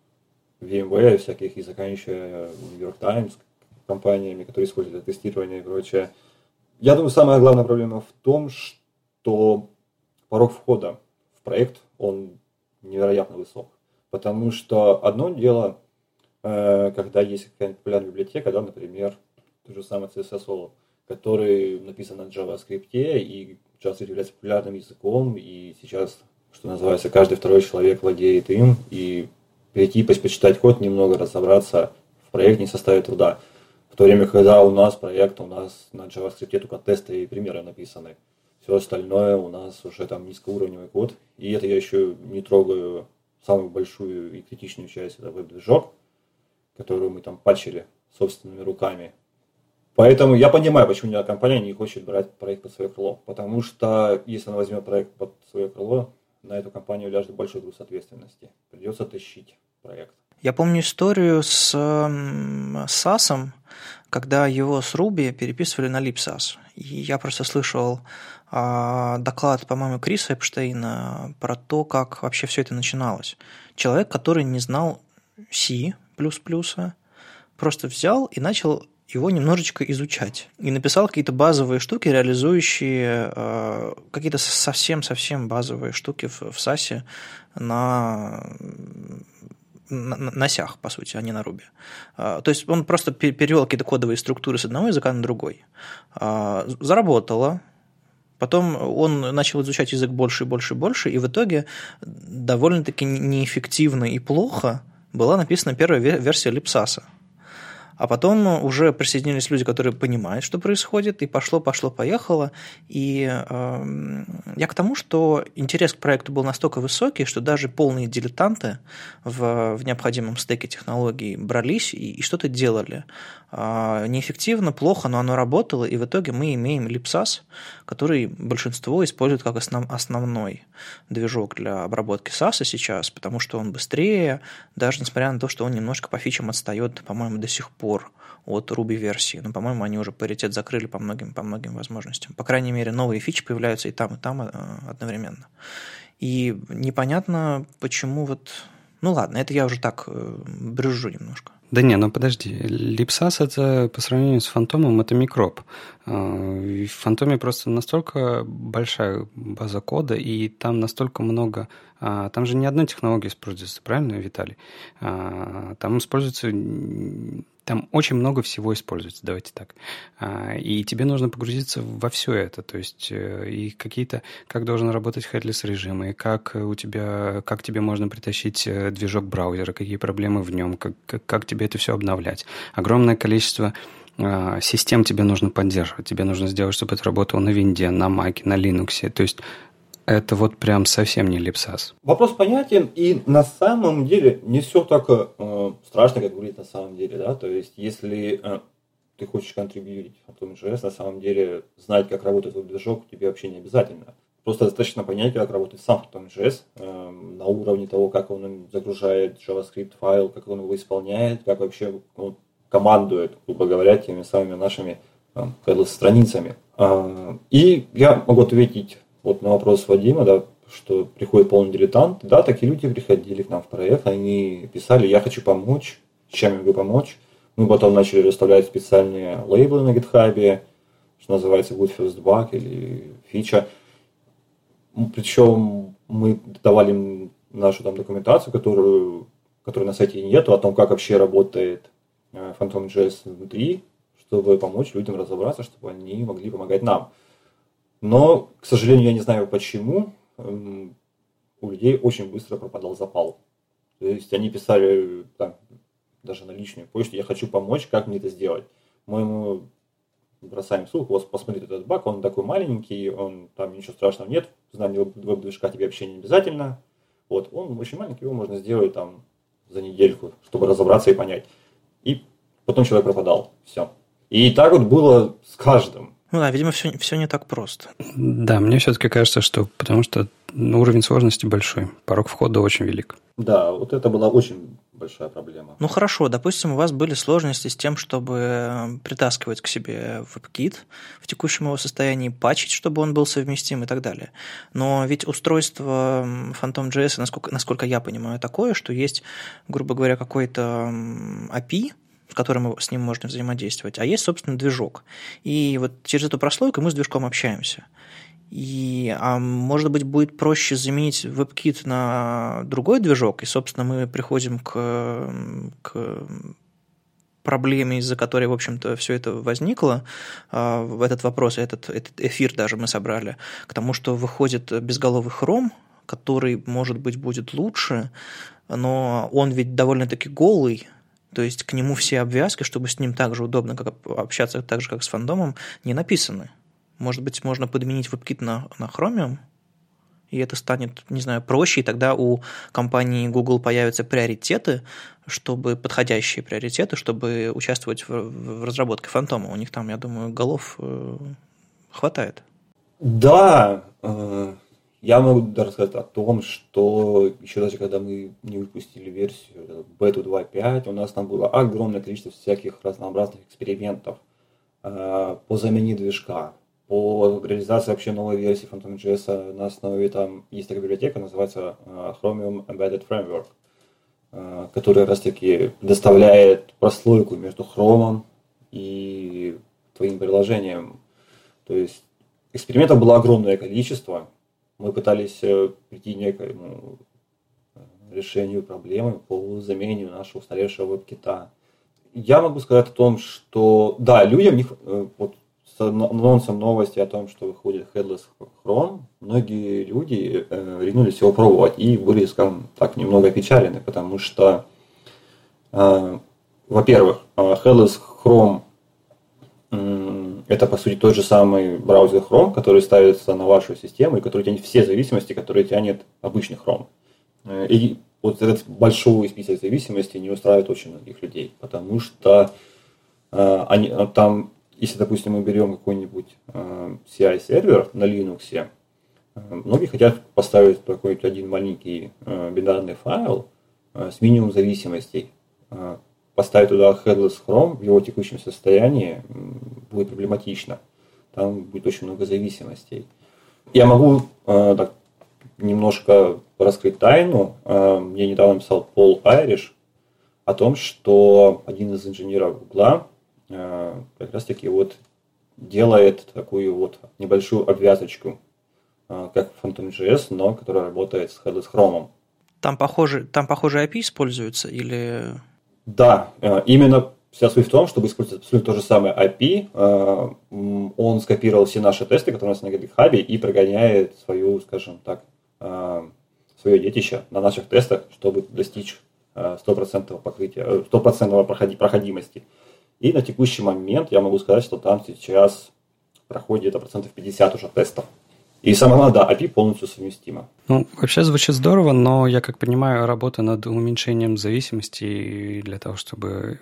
VMware всяких и заканчивая New York Times компаниями, которые используют для тестирования и прочее. Я думаю, самая главная проблема в том, что порог входа в проект, он невероятно высок. Потому что одно дело, когда есть какая-нибудь популярная библиотека, да, например, то же самое си эс эс о, который написан на JavaScript, и JavaScript является популярным языком, и сейчас, что называется, каждый второй человек владеет им, и перейти, почитать код, немного разобраться в проекте не составит труда. В то время, когда у нас проект, у нас на JavaScript только тесты и примеры написаны. Все остальное у нас уже там низкоуровневый код, и это я еще не трогаю самую большую и критичную часть, это веб-движок, которую мы там патчили собственными руками. Поэтому я понимаю, почему ни одна компания не хочет брать проект под свое крыло. Потому что если она возьмет проект под свое крыло, на эту компанию ляжет большой груз ответственности. Придется тащить проект. Я помню историю с сасом, когда его с Ruby переписывали на libsas. И я просто слышал а, доклад, по-моему, Криса Эпштейна про то, как вообще все это начиналось. Человек, который не знал C++, просто взял и начал его немножечко изучать. И написал какие-то базовые штуки, реализующие э, какие-то совсем-совсем базовые штуки в, в сасе на, на, на сях, по сути, а не на Ruby. Э, то есть он просто перевел какие-то кодовые структуры с одного языка на другой. Э, заработало. Потом он начал изучать язык больше и больше и больше, и в итоге довольно-таки неэффективно и плохо была написана первая версия libsas. А потом уже присоединились люди, которые понимают, что происходит, и пошло, пошло, поехало. И э, я к тому, что интерес к проекту был настолько высокий, что даже полные дилетанты в, в необходимом стеке технологий брались и, и что-то делали. Э, неэффективно, плохо, но оно работало, и в итоге мы имеем Lipsas, который большинство использует как основ, основной движок для обработки саса сейчас, потому что он быстрее, даже несмотря на то, что он немножко по фичам отстает, по-моему, до сих пор от Ruby-версии. Но, по-моему, они уже паритет закрыли по многим, по многим возможностям. По крайней мере, новые фичи появляются и там, и там одновременно. И непонятно, почему вот... Ну ладно, это я уже так брюзжу немножко. Да не, ну подожди. Lipsas это по сравнению с Фантомом это микроб. В Фантоме просто настолько большая база кода, и там настолько много... Там же не одна технология используется, правильно, Виталий? Там используется... Там очень много всего используется, давайте так. И тебе нужно погрузиться во все это. То есть и какие-то... Как должен работать headless режим, и как у тебя... Как тебе можно притащить движок браузера, какие проблемы в нем, как, как, как тебе это все обновлять. Огромное количество систем тебе нужно поддерживать. Тебе нужно сделать, чтобы это работало на винде, на маке, на Linux. То есть это вот прям совсем не Lipsas. Вопрос понятен, и на самом деле не все так э, страшно, как говорит на самом деле, да, то есть если э, ты хочешь контрибьютить Phantom.js, на самом деле знать, как работает твой движок, тебе вообще не обязательно. Просто достаточно понять, как работает сам Phantom.js э, на уровне того, как он загружает JavaScript файл, как он его исполняет, как вообще он командует, грубо говоря, теми самыми нашими э, страницами. Э, и я могу ответить вот на вопрос Вадима, да, что приходит полный дилетант. Да, такие люди приходили к нам в проект, они писали: я хочу помочь, чем я могу помочь. Мы потом начали расставлять специальные лейблы на GitHub, что называется Good First Bug или фича. Причем мы давали им нашу там документацию, которую, которой на сайте нету, о том, как вообще работает Phantom.js внутри, чтобы помочь людям разобраться, чтобы они могли помогать нам. Но, к сожалению, я не знаю почему, у людей очень быстро пропадал запал. То есть они писали там, даже на личную почту: я хочу помочь, как мне это сделать. Мы ему бросаем ссылку: вот посмотрите этот баг, он такой маленький, он, там ничего страшного нет, знание веб-движка тебе вообще не обязательно. Вот, он очень маленький, его можно сделать там за недельку, чтобы разобраться и понять. И потом человек пропадал. Все. И так вот было с каждым. Ну да, видимо, все, все не так просто. Да, мне все-таки кажется, что потому что уровень сложности большой, порог входа очень велик. Да, вот это была очень большая проблема. Ну хорошо, допустим, у вас были сложности с тем, чтобы притаскивать к себе WebKit в текущем его состоянии, патчить, чтобы он был совместим и так далее. Но ведь устройство Phantom.js, насколько, насколько я понимаю, такое, что есть, грубо говоря, какой-то эй пи ай, с которым с ним можно взаимодействовать, а есть, собственно, движок. И вот через эту прослойку мы с движком общаемся. И, а может быть, будет проще заменить WebKit на другой движок, и, собственно, мы приходим к, к проблеме, из-за которой, в общем-то, все это возникло, этот вопрос, этот, этот эфир даже мы собрали, к тому, что выходит безголовый Chrome, который, может быть, будет лучше, но он ведь довольно-таки голый. То есть к нему все обвязки, чтобы с ним так же удобно как общаться, так же, как с фандомом, не написаны. Может быть, можно подменить WebKit на, на Chromium, и это станет, не знаю, проще, и тогда у компании Google появятся приоритеты, чтобы подходящие приоритеты, чтобы участвовать в, в разработке фантома. У них там, я думаю, голов э, хватает. Да, э, я могу даже рассказать о том, что еще даже когда мы не выпустили версию бета два точка пять, у нас там было огромное количество всяких разнообразных экспериментов э, по замене движка, по реализации вообще новой версии Phantom.js на основе, там есть такая библиотека, называется э, Chromium Embedded Framework, э, которая раз таки предоставляет прослойку между Chrome и твоим приложением. То есть экспериментов было огромное количество. Мы пытались прийти к некому решению проблемы по замене нашего устаревшего веб-кита. Я могу сказать о том, что да, людям, вот с анонсом новости о том, что выходит Headless Chrome, многие люди э, ринулись его пробовать и были, скажем так, немного опечалены, потому что э, Во-первых, Headless Chrome это, по сути, тот же самый браузер Chrome, который ставится на вашу систему и который тянет все зависимости, которые тянет обычный Chrome. И вот этот большой список зависимостей не устраивает очень многих людей, потому что э, они, там, если, допустим, мы берем какой-нибудь э, си ай-сервер на Linux, э, многие хотят поставить какой-нибудь один маленький э, бинарный файл э, с минимумом зависимостей. Э, поставить туда Headless Chrome в его текущем состоянии будет проблематично. Там будет очень много зависимостей. Я могу э, так, немножко раскрыть тайну. Э, мне недавно написал Пол Айриш о том, что один из инженеров Гугла э, как раз таки вот делает такую вот небольшую обвязочку, э, как Phantom.js, но которая работает с Headless Chrome. Там похоже, там похоже эй пи ай используется или... Да, именно вся суть в том, чтобы использовать абсолютно то же самое эй пи ай, он скопировал все наши тесты, которые у нас на GitHub, и прогоняет свою, скажем так, свое детище на наших тестах, чтобы достичь сто процентов покрытия, сто процентов проходимости. И на текущий момент я могу сказать, что там сейчас проходит где-то процентов пятьдесят уже тестов. И самое главное, да, эй пи ай полностью совместимо. Ну, вообще звучит здорово, но я как понимаю, работа над уменьшением зависимости для того, чтобы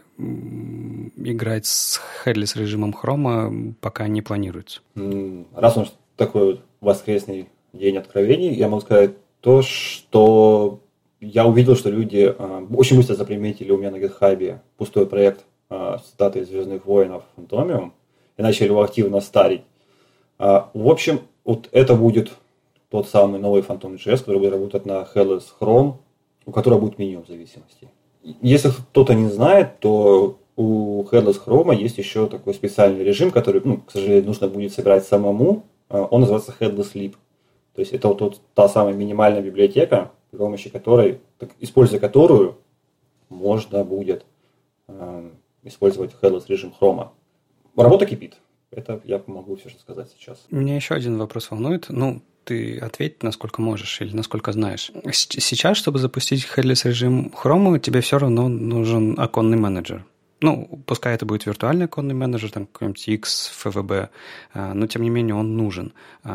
играть с headless режимом Chrome, пока не планируется. Раз уж такой вот воскресный день откровений, я могу сказать то, что я увидел, что люди э, очень быстро заприметили у меня на GitHub пустой проект э, с датой Звездных воинов Phantomium и начали его активно старить. Э, в общем, вот это будет тот самый новый Phantom.js, который будет работать на Headless Chrome, у которого будет минимум зависимостей. Если кто-то не знает, то у Headless Chrome есть еще такой специальный режим, который, ну, к сожалению, нужно будет собирать самому. Он называется Headless Lib. То есть это вот тот, та самая минимальная библиотека, при помощи которой, так, используя которую, можно будет э, использовать Headless режим Chrome. Работа кипит. Это я могу все же сказать сейчас. Меня еще один вопрос волнует. Ну, ты ответь, насколько можешь или насколько знаешь. Сейчас, чтобы запустить headless режим Chrome, тебе все равно нужен оконный менеджер. Ну, пускай это будет виртуальный оконный менеджер, там какой-нибудь X, эф ви би, но тем не менее он нужен.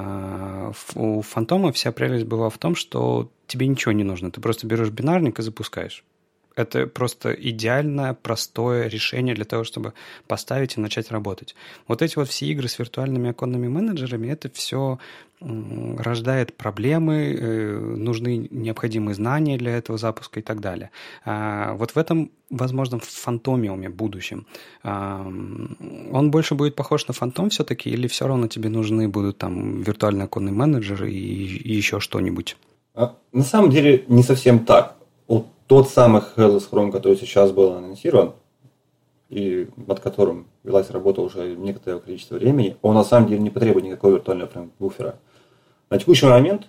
У Фантома вся прелесть была в том, что тебе ничего не нужно. Ты просто берешь бинарник и запускаешь. Это просто идеальное, простое решение для того, чтобы поставить и начать работать. Вот эти вот все игры с виртуальными оконными менеджерами, это все рождает проблемы, нужны необходимые знания для этого запуска и так далее. Вот в этом, возможно, в фантомиуме будущем. Он больше будет похож на фантом все-таки, или все равно тебе нужны будут там виртуальный оконный менеджер и, и еще что-нибудь? На самом деле не совсем так. Вот тот самый Headless Chrome, который сейчас был анонсирован, и над которым велась работа уже некоторое количество времени, он на самом деле не потребует никакого виртуального фреймбуфера. На текущий момент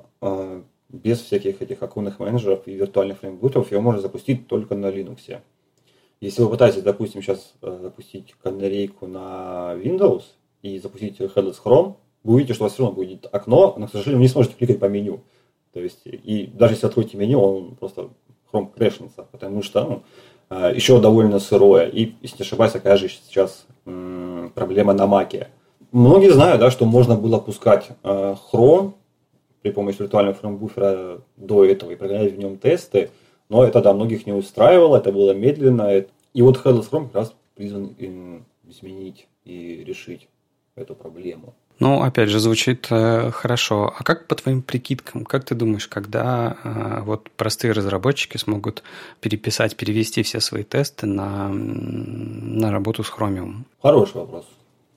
без всяких этих оконных менеджеров и виртуальных фреймбуферов его можно запустить только на Linux. Если вы пытаетесь, допустим, сейчас запустить канарейку на Windows и запустить Headless Chrome, вы увидите, что у вас все равно будет окно, но, к сожалению, вы не сможете кликать по меню. То есть, и даже если откроете меню, он просто Chrome крэшнется, потому что ну, еще довольно сырое. И, если не ошибаюсь, такая же сейчас м, проблема на Mac. Многие знают, да, что можно было пускать э, Chrome при помощи виртуального фреймбуфера до этого и прогонять в нем тесты, но это, да, многих не устраивало, это было медленно. И вот Headless Chrome как раз призван изменить и решить эту проблему. Ну, опять же, звучит э, хорошо. А как по твоим прикидкам, как ты думаешь, когда э, вот простые разработчики смогут переписать, перевести все свои тесты на, на работу с Chromium? Хороший вопрос.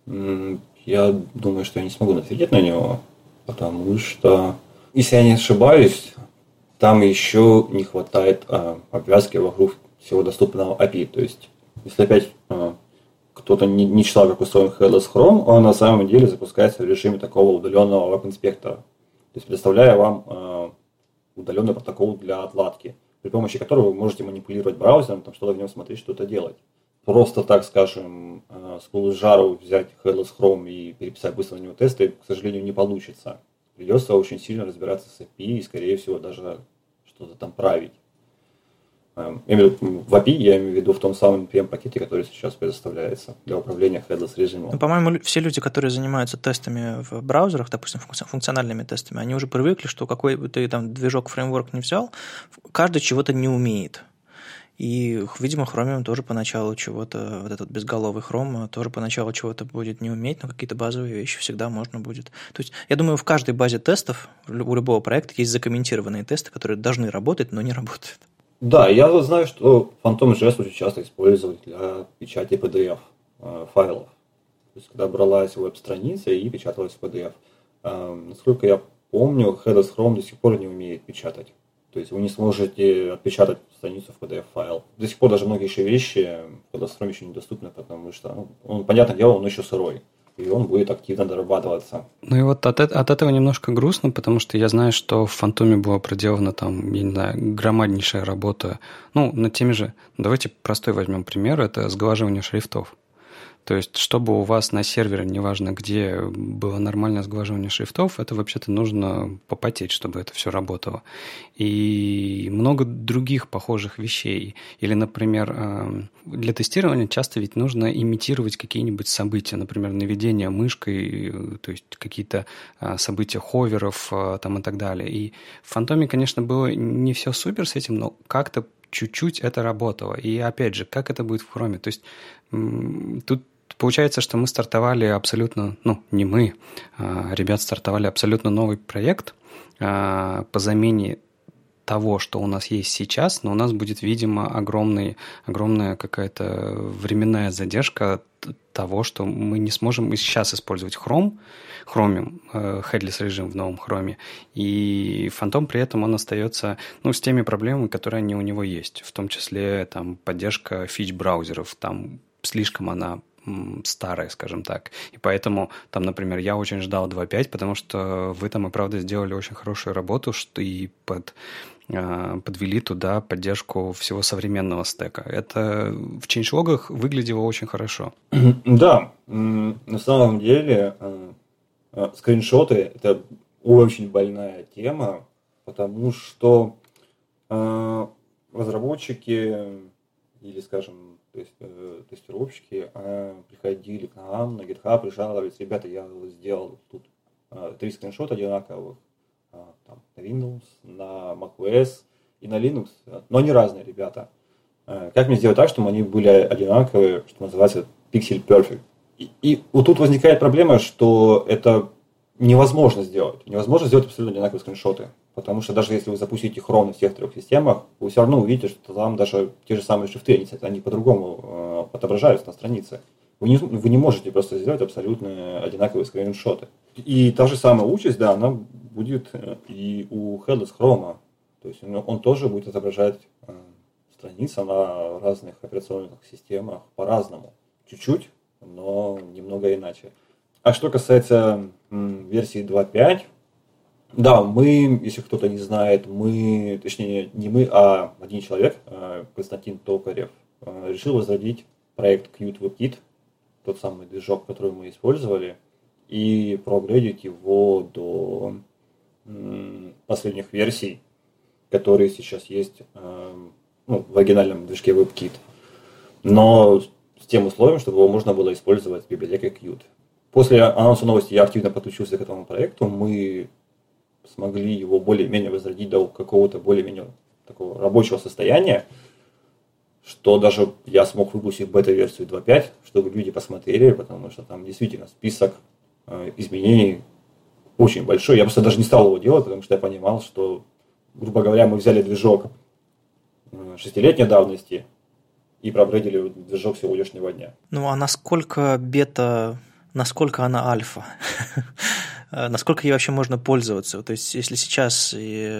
Я думаю, что я не смогу ответить на него, потому что, если я не ошибаюсь, там еще не хватает э, обвязки вокруг всего доступного эй пи ай. То есть, если опять... Э, кто-то не, не читал, как устроен Headless Chrome, он на самом деле запускается в режиме такого удаленного веб-инспектора. То есть предоставляя вам э, удаленный протокол для отладки, при помощи которого вы можете манипулировать браузером, там что-то в нем смотреть, что-то делать. Просто так, скажем, э, с полужару взять Headless Chrome и переписать быстро на него тесты, к сожалению, не получится. Придется очень сильно разбираться с эй пи ай и, скорее всего, даже что-то там править. Я имею в виду в эй пи ай, я имею в виду в том самом пи эм-пакете, который сейчас предоставляется для управления headless режимом. Ну, по-моему, все люди, которые занимаются тестами в браузерах, допустим, функциональными тестами, они уже привыкли, что какой бы ты там движок, фреймворк не взял, каждый чего-то не умеет. И, видимо, Chromium тоже поначалу чего-то, вот этот безголовый Chrome тоже поначалу чего-то будет не уметь, но какие-то базовые вещи всегда можно будет. То есть, я думаю, в каждой базе тестов у любого проекта есть закомментированные тесты, которые должны работать, но не работают. Да, я вот знаю, что Phantom.js очень часто использовали для печати пи ди эф файлов. То есть, когда бралась веб-страница и печаталась в пи ди эф. Насколько я помню, Headless Chrome до сих пор не умеет печатать. То есть вы не сможете отпечатать страницу в пи ди эф-файл. До сих пор даже многие еще вещи в Headless Chrome еще недоступны, потому что, ну, он, понятное дело, он еще сырой. И он будет активно дорабатываться. Ну и вот от, от этого немножко грустно, потому что я знаю, что в Фантоме была проделана там, я не знаю, громаднейшая работа. Ну, над теми же, давайте простой возьмем пример, это сглаживание шрифтов. То есть, чтобы у вас на сервере, неважно где, было нормальное сглаживание шрифтов, это вообще-то нужно попотеть, чтобы это все работало. И много других похожих вещей. Или, например, для тестирования часто ведь нужно имитировать какие-нибудь события, например, наведение мышкой, то есть какие-то события ховеров там, и так далее. И в Фантоме, конечно, было не все супер с этим, но как-то чуть-чуть это работало. И опять же, как это будет в Chrome? То есть тут получается, что мы стартовали абсолютно, ну, не мы, а ребят стартовали абсолютно новый проект а, по замене того, что у нас есть сейчас, но у нас будет, видимо, огромный, огромная какая-то временная задержка того, что мы не сможем и сейчас использовать Chrome, Chromium, headless режим в новом Chrome, и Phantom при этом он остается, ну, с теми проблемами, которые они у него есть, в том числе там поддержка фич браузеров, там слишком она старая, скажем так. И поэтому там, например, я очень ждал два точка пять, потому что вы там и правда сделали очень хорошую работу, что и под, э, подвели туда поддержку всего современного стека. Это в чейндж-логах выглядело очень хорошо. Да, на самом деле скриншоты – это очень больная тема, потому что разработчики или, скажем, то есть, э, тестировщики э, приходили к нам на GitHub и жаловались: ребята, я сделал тут э, три скриншота одинаковых э, там, на Windows, на macOS и на Linux, но они разные, ребята. Э, как мне сделать так, чтобы они были одинаковые, что называется pixel perfect? И, и вот тут возникает проблема, что это невозможно сделать. Невозможно сделать абсолютно одинаковые скриншоты. Потому что даже если вы запустите Chrome на всех трех системах, вы все равно увидите, что там даже те же самые шрифты, они, они по-другому э, отображаются на странице. Вы не, вы не можете просто сделать абсолютно одинаковые скриншоты. И та же самая участь, да, она будет и у Headless Chrome. То есть он, он тоже будет отображать э, страницы на разных операционных системах по-разному. Чуть-чуть, но немного иначе. А что касается м, версии два точка пять, да, мы, если кто-то не знает, мы, точнее, не мы, а один человек, Константин Токарев, решил возродить проект Qt WebKit, тот самый движок, который мы использовали, и проапгрейдить его до последних версий, которые сейчас есть, ну, в оригинальном движке WebKit. Но с тем условием, чтобы его можно было использовать с библиотекой Qt. После анонса новости я активно подключился к этому проекту, мы смогли его более-менее возродить до какого-то более-менее такого рабочего состояния, что даже я смог выпустить бета-версию два точка пять, чтобы люди посмотрели, потому что там действительно список э, изменений очень большой. Я просто даже не стал его делать, потому что я понимал, что, грубо говоря, мы взяли движок э, шестилетней давности и проапгрейдили движок сегодняшнего дня. Ну а насколько бета, насколько она альфа? Насколько ей вообще можно пользоваться? То есть, если сейчас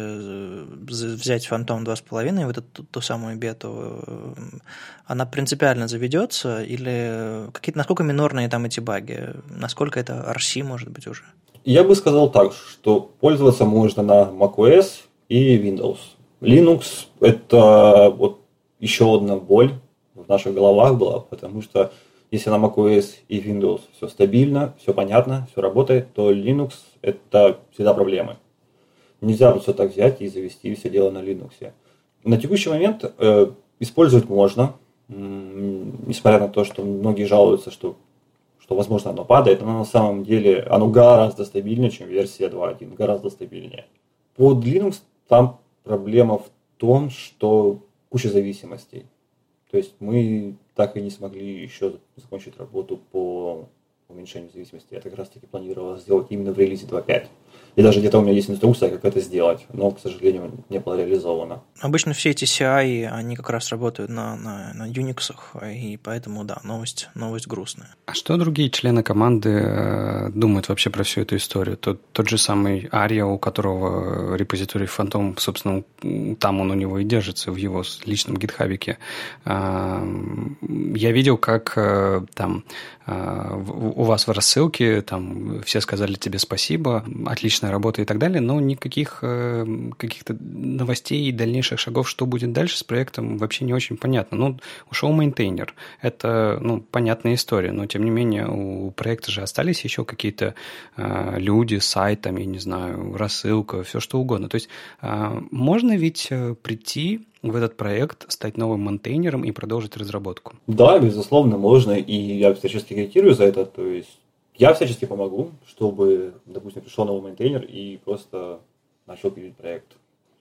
взять Phantom два с половиной, вот эту ту самую бету, она принципиально заведется? Или какие-то, насколько минорные там эти баги? Насколько это ар си может быть уже? Я бы сказал так, что пользоваться можно на macOS и Windows. Linux – это вот еще одна боль в наших головах была, потому что если на macOS и Windows все стабильно, все понятно, все работает, то Linux – это всегда проблемы. Нельзя просто так взять и завести все дело на Linux. На текущий момент э, использовать можно, м- несмотря на то, что многие жалуются, что, что, возможно, оно падает, но на самом деле оно гораздо стабильнее, чем версия два точка один, гораздо стабильнее. Под Linux там проблема в том, что куча зависимостей. То есть мы так и не смогли еще закончить работу по уменьшению зависимости. Я как раз таки планировал сделать именно в релизе два точка пять. И даже где-то у меня есть инструкция, как это сделать, но, к сожалению, не было реализовано. Обычно все эти си ай, они как раз работают на, на, на Unix, и поэтому, да, новость, новость грустная. А что другие члены команды э, думают вообще про всю эту историю? Тот, тот же самый Ария, у которого репозиторий Phantom, собственно, там он у него и держится, в его личном гитхабике. Э, я видел, как э, там э, у вас в рассылке там все сказали тебе спасибо, отличная работа и так далее, но никаких э, каких-то новостей и дальнейших шагов, что будет дальше с проектом, вообще не очень понятно. Ну, ушел мейнтейнер. Это, ну, понятная история, но тем не менее у проекта же остались еще какие-то э, люди, сайт, там, я не знаю, рассылка, все что угодно. То есть э, можно ведь прийти в этот проект, стать новым мейнтейнером и продолжить разработку? Да, безусловно, можно, и я всячески агитирую за это, то есть я всячески помогу, чтобы, допустим, пришел новый мейнтейнер и просто начал пилить проект.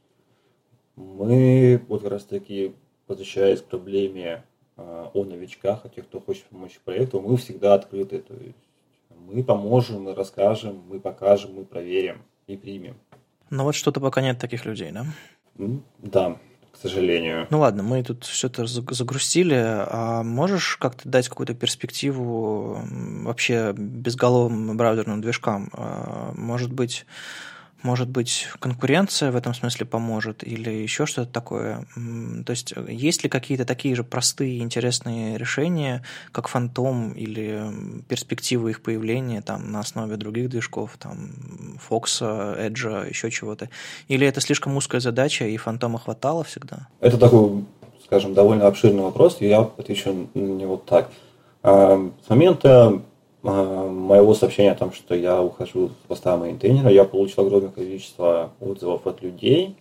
Мы вот как раз таки, возвращаясь к проблеме э, о новичках, о тех, кто хочет помочь проекту, мы всегда открыты. То есть мы поможем, мы расскажем, мы покажем, мы проверим и примем. Но вот что-то пока нет таких людей, да? Да, к сожалению. Ну ладно, мы тут все это загрустили. А можешь как-то дать какую-то перспективу вообще безголовым браузерным движкам? Может быть... Может быть, конкуренция в этом смысле поможет или еще что-то такое? То есть есть ли какие-то такие же простые интересные решения, как Phantom или перспективы их появления там, на основе других движков, там, Fox, Edge, еще чего-то? Или это слишком узкая задача, и Phantom хватало всегда? Это такой, скажем, довольно обширный вопрос, и я отвечу на него так. С момента моего сообщения о том, что я ухожу с поста мейнтейнера, я получил огромное количество отзывов от людей.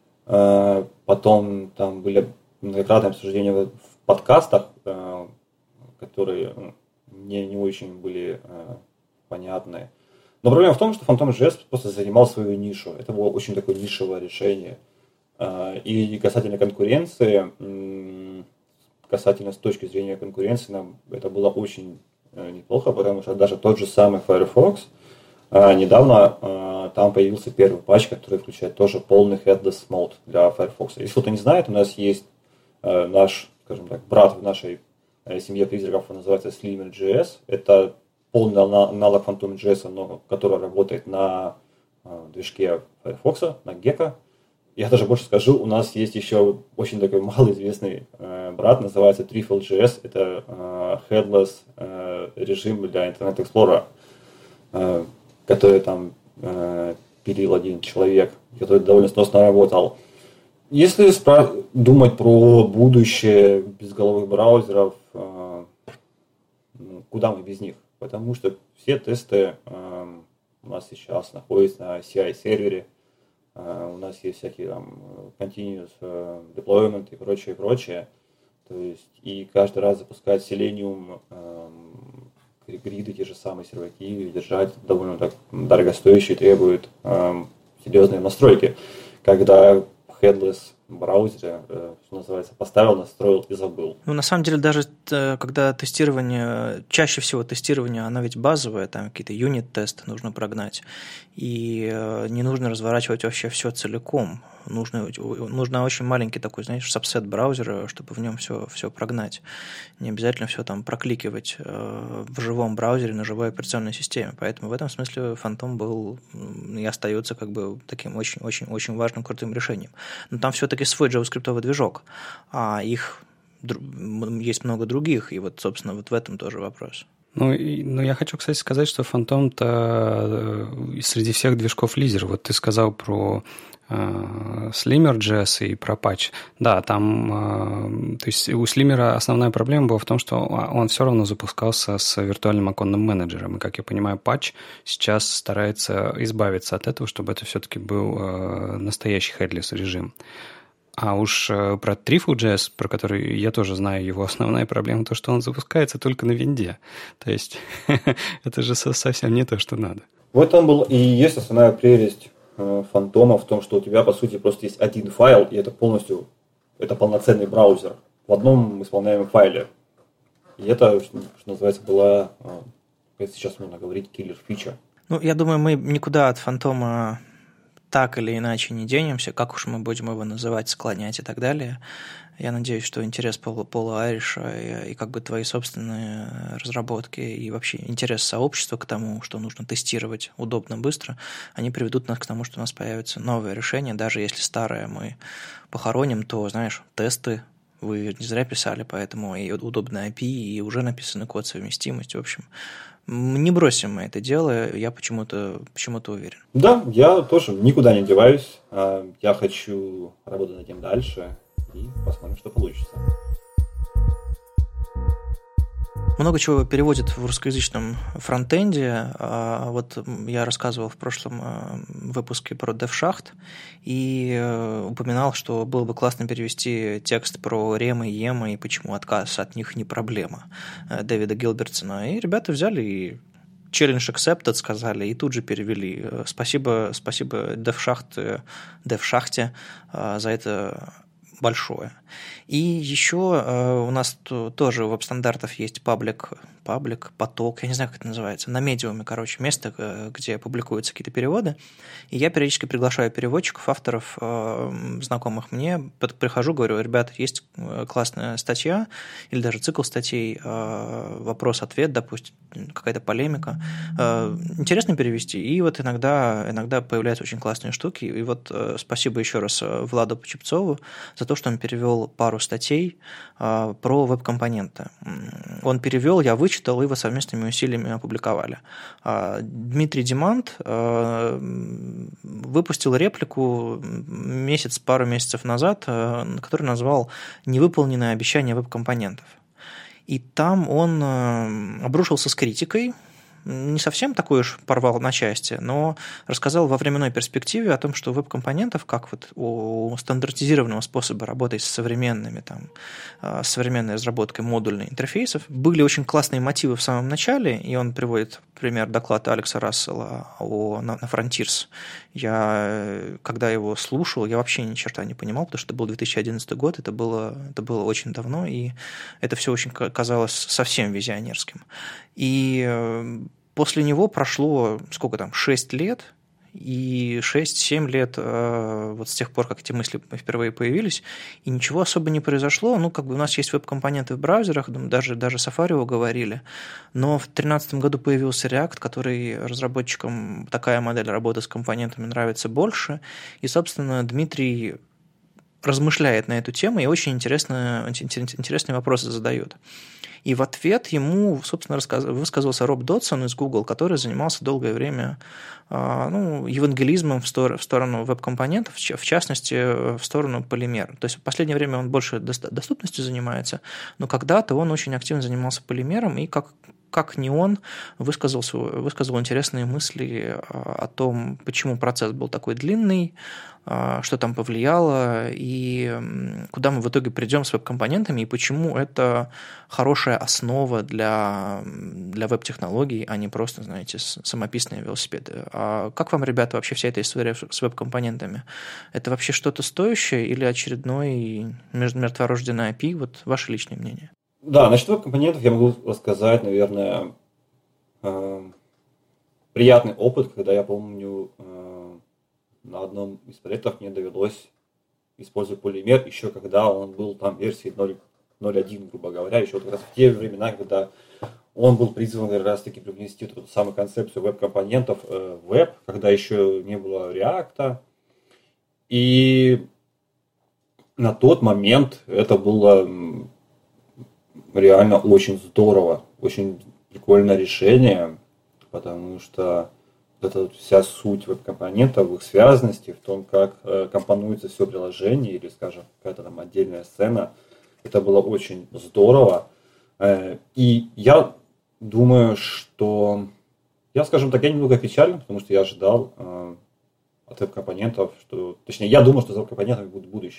Потом там были многократные обсуждения в подкастах, которые мне не очень были понятны. Но проблема в том, что Phantom.js просто занимал свою нишу. Это было очень такое нишевое решение. И касательно конкуренции, касательно с точки зрения конкуренции, нам это было очень неплохо, потому что даже тот же самый Firefox, недавно там появился первый патч, который включает тоже полный headless mode для Firefox. Если кто-то не знает, у нас есть наш, скажем так, брат в нашей семье призраков, он называется Slimer.js. Это полный аналог Phantom.js, но который работает на движке Firefox, на Gecko. Я даже больше скажу, у нас есть еще очень такой малоизвестный э, брат, называется Trifle.js. Это э, headless э, режим для Internet Explorer, э, который там э, пилил один человек, который довольно сносно работал. Если спра- думать про будущее безголовых браузеров, э, куда мы без них? Потому что все тесты э, у нас сейчас находятся на си ай-сервере. Uh, у нас есть всякие там continuous uh, deployment и прочее, прочее. То есть, и каждый раз запускать Selenium, uh, гриды, те же самые серваки, держать довольно так дорогостоящие, требует uh, серьезные настройки. Когда headless браузере, что называется, поставил, настроил и забыл. Ну, на самом деле, даже когда тестирование, чаще всего тестирование, оно ведь базовое, там какие-то юнит-тесты нужно прогнать, и не нужно разворачивать вообще все целиком. Нужно, нужно очень маленький такой, знаешь, сабсет браузера, чтобы в нем все, все прогнать. Не обязательно все там прокликивать в живом браузере на живой операционной системе. Поэтому в этом смысле Phantom был и остается как бы таким очень-очень-очень важным, крутым решением. Но там все-таки свой JavaScript движок, а их есть много других, и вот, собственно, вот в этом тоже вопрос. Ну, и, ну, я хочу, кстати, сказать, что Phantom-то среди всех движков лидер. Вот ты сказал про э, Slimer.js и про патч. Да, там, э, то есть у Slimer основная проблема была в том, что он все равно запускался с виртуальным оконным менеджером. И, как я понимаю, патч сейчас старается избавиться от этого, чтобы это все-таки был э, настоящий headless режим. А уж про Trifu.js, про который я тоже знаю, его основная проблема, то, что он запускается только на винде. То есть это же совсем не то, что надо. В этом был и есть основная прелесть Фантома в том, что у тебя, по сути, просто есть один файл, и это полностью, это полноценный браузер в одном исполняемом файле. И это, что называется, была, как сейчас можно говорить, киллер-фича. Ну, я думаю, мы никуда от Фантома так или иначе не денемся, как уж мы будем его называть, склонять и так далее. Я надеюсь, что интерес Пола, Пола Айриша и, и как бы твои собственные разработки и вообще интерес сообщества к тому, что нужно тестировать удобно, быстро, они приведут нас к тому, что у нас появится новое решение. Даже если старое мы похороним, то, знаешь, тесты вы не зря писали, поэтому и удобная эй пи ай, и уже написанный код совместимости. В общем, не бросим мы это дело, я почему-то, почему-то уверен. Да, я тоже никуда не деваюсь. Я хочу работать над этим дальше и посмотрим, что получится. Много чего переводят в русскоязычном фронтенде. Вот я рассказывал в прошлом выпуске про DevShaft и упоминал, что было бы классно перевести текст про ремы, емы и почему отказ от них не проблема Дэвида Гилбертсона. И ребята взяли и challenge accepted сказали и тут же перевели. Спасибо, спасибо DevShaft, DevShaft за это большое. И еще э, у нас тоже в веб-стандартах есть паблик, паблик, поток, я не знаю, как это называется, на медиуме, короче, место, где публикуются какие-то переводы, и я периодически приглашаю переводчиков, авторов, э, знакомых мне, прихожу, говорю, ребята, есть классная статья, или даже цикл статей, э, вопрос-ответ, допустим, какая-то полемика, э, интересно перевести, и вот иногда, иногда появляются очень классные штуки, и вот э, спасибо еще раз Владу Почепцову за то, что он перевел пару статей э, про веб-компоненты. Он перевел, я вычитал, и его совместными усилиями опубликовали. Э, Дмитрий Демант э, выпустил реплику месяц, пару месяцев назад, э, который назвал «Невыполненное обещание веб-компонентов». И там он э, обрушился с критикой, не совсем такой уж порвал на части, но рассказал во временной перспективе о том, что у веб-компонентов, как вот у стандартизированного способа работы с современными, там, современной разработкой модульных интерфейсов, были очень классные мотивы в самом начале, и он приводит пример доклада Алекса Рассела о, на, на Frontiers. Я, когда его слушал, я вообще ни черта не понимал, потому что это был две тысячи одиннадцатый год, это было, это было очень давно, и это все очень казалось совсем визионерским. И после него прошло, сколько там, шесть лет, и шесть-семь лет вот с тех пор, как эти мысли впервые появились, и ничего особо не произошло. Ну, как бы у нас есть веб-компоненты в браузерах, даже, даже Safari уговорили, но в две тысячи тринадцатом году появился React, который разработчикам такая модель работы с компонентами нравится больше, и, собственно, Дмитрий размышляет на эту тему и очень интересные, интересные вопросы задает. И в ответ ему, собственно, высказался Роб Додсон из Google, который занимался долгое время ну, евангелизмом в сторону веб-компонентов, в частности, в сторону полимера. То есть в последнее время он больше доступностью занимается, но когда-то он очень активно занимался полимером, и как как ни он, высказал, высказал интересные мысли о том, почему процесс был такой длинный, что там повлияло, и куда мы в итоге придем с веб-компонентами, и почему это хорошая основа для, для веб-технологий, а не просто, знаете, самописные велосипеды. А как вам, ребята, вообще вся эта история с веб-компонентами? Это вообще что-то стоящее или очередной мертворожденный эй пи ай? Вот ваше личное мнение. Да, насчет веб-компонентов я могу рассказать, наверное, э, приятный опыт, когда я помню, э, на одном из проектов мне довелось использовать полимер, еще когда он был там версии ноль ноль один, грубо говоря, еще вот как раз в те времена, когда он был призван как раз таки привнести эту самую концепцию веб-компонентов э, в веб, когда еще не было React. И на тот момент это было реально очень здорово, очень прикольное решение, потому что это вся суть веб-компонентов, в их связанности, в том, как э, компонуется все приложение или, скажем, какая-то там отдельная сцена. Это было очень здорово. Э, и я думаю, что я, скажем так, я немного печален, потому что я ожидал э, от веб-компонентов, что, точнее, я думал, что за веб-компонентами будет будущее.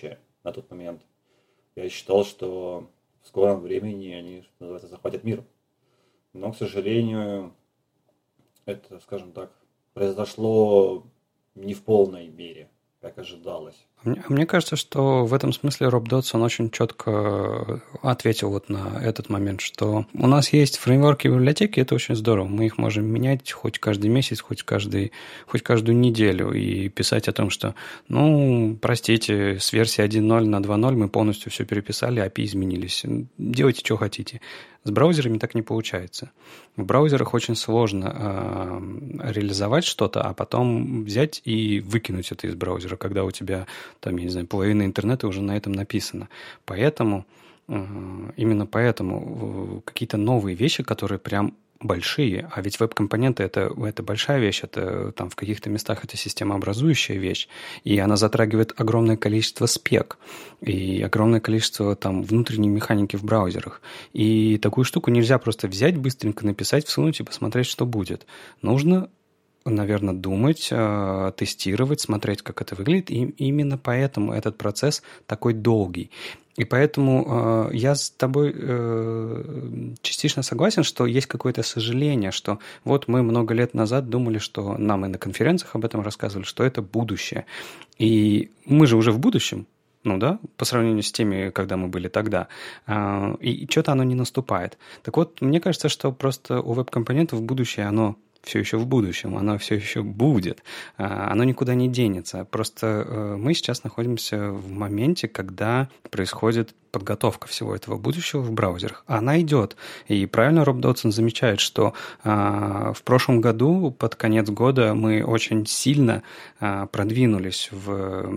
на тот момент. Я считал, что в скором времени они, что называется, захватят мир. Но, к сожалению, это, скажем так, произошло не в полной мере, как ожидалось. Мне, мне кажется, что в этом смысле Роб Дотсон очень четко ответил вот на этот момент, что у нас есть фреймворки и библиотеки, это очень здорово. Мы их можем менять хоть каждый месяц, хоть, каждый, хоть каждую неделю и писать о том, что, ну, простите, с версии один ноль на два ноль мы полностью все переписали, эй пи ай изменились. Делайте, что хотите. С браузерами так не получается. В браузерах очень сложно э, реализовать что-то, а потом взять и выкинуть это из браузера, когда у тебя там, я не знаю, половина интернета уже на этом написано. Поэтому, именно поэтому какие-то новые вещи, которые прям большие, а ведь веб-компоненты это, это большая вещь, это там в каких-то местах это системообразующая вещь, и она затрагивает огромное количество спек и огромное количество там внутренней механики в браузерах. И такую штуку нельзя просто взять, быстренько написать, всунуть и посмотреть, что будет. Нужно, наверное, думать, тестировать, смотреть, как это выглядит. И именно поэтому этот процесс такой долгий. И поэтому э, я с тобой э, частично согласен, что есть какое-то сожаление, что вот мы много лет назад думали, что нам и на конференциях об этом рассказывали, что это будущее. И мы же уже в будущем. Ну да, по сравнению с теми, когда мы были тогда. И, и что-то оно не наступает. Так вот, мне кажется, что просто у веб-компонентов будущее, оно все еще в будущем, оно все еще будет, оно никуда не денется. Просто мы сейчас находимся в моменте, когда происходит подготовка всего этого будущего в браузерах. Она идет. И правильно Роб Дотсон замечает, что в прошлом году, под конец года, мы очень сильно продвинулись в,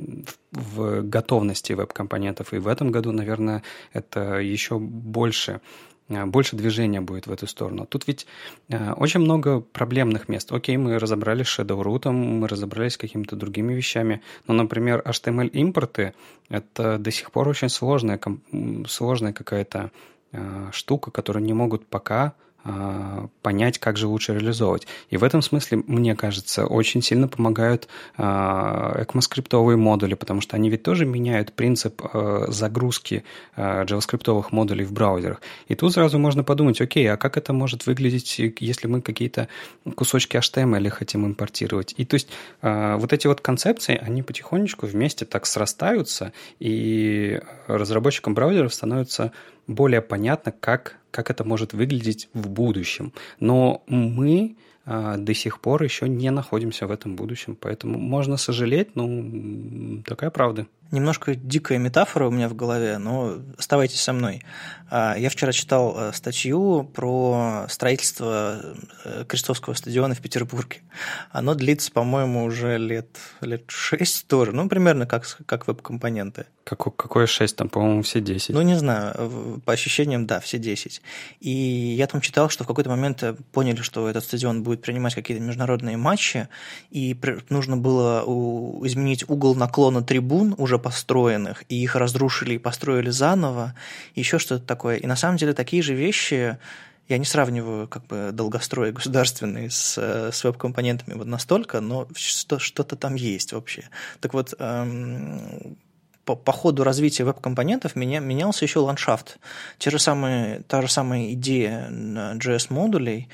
в готовности веб-компонентов. И в этом году, наверное, это еще больше больше движения будет в эту сторону. Тут ведь э, очень много проблемных мест. Окей, мы разобрались с Shadowroot, мы разобрались с какими-то другими вещами, но, например, эйч ти эм эль-импорты – это до сих пор очень сложная, ком- сложная какая-то э, штука, которую не могут пока э, понять, как же лучше реализовывать. И в этом смысле, мне кажется, очень сильно помогают э, ECMAScript-овые модули, потому что они ведь тоже меняют принцип э, загрузки э, JavaScript-овых модулей в браузерах. И тут сразу можно подумать, окей, а как это может выглядеть, если мы какие-то кусочки эйч ти эм эль хотим импортировать? И то есть э, вот эти вот концепции, они потихонечку вместе так срастаются, и разработчикам браузеров становится более понятно, как, как это может выглядеть в будущем. Но мы а, до сих пор еще не находимся в этом будущем, поэтому можно сожалеть, но такая правда. Немножко дикая метафора у меня в голове, но оставайтесь со мной. Я вчера читал статью про строительство Крестовского стадиона в Петербурге. Оно длится, по-моему, уже лет, лет шесть тоже, ну, примерно как, как веб-компоненты. Как, какое шесть? Там, по-моему, все десять. Ну, не знаю, по ощущениям, да, все десять. И я там читал, что в какой-то момент поняли, что этот стадион будет принимать какие-то международные матчи, и нужно было изменить угол наклона трибун, уже построенных, и их разрушили и построили заново, еще что-то такое. И на самом деле такие же вещи, я не сравниваю как бы долгострой государственный с, с веб-компонентами вот настолько, но что, что-то там есть вообще. Так вот, эм, по, по ходу развития веб-компонентов меня, менялся еще ландшафт. Те же самые, та же самая идея джей эс-модулей,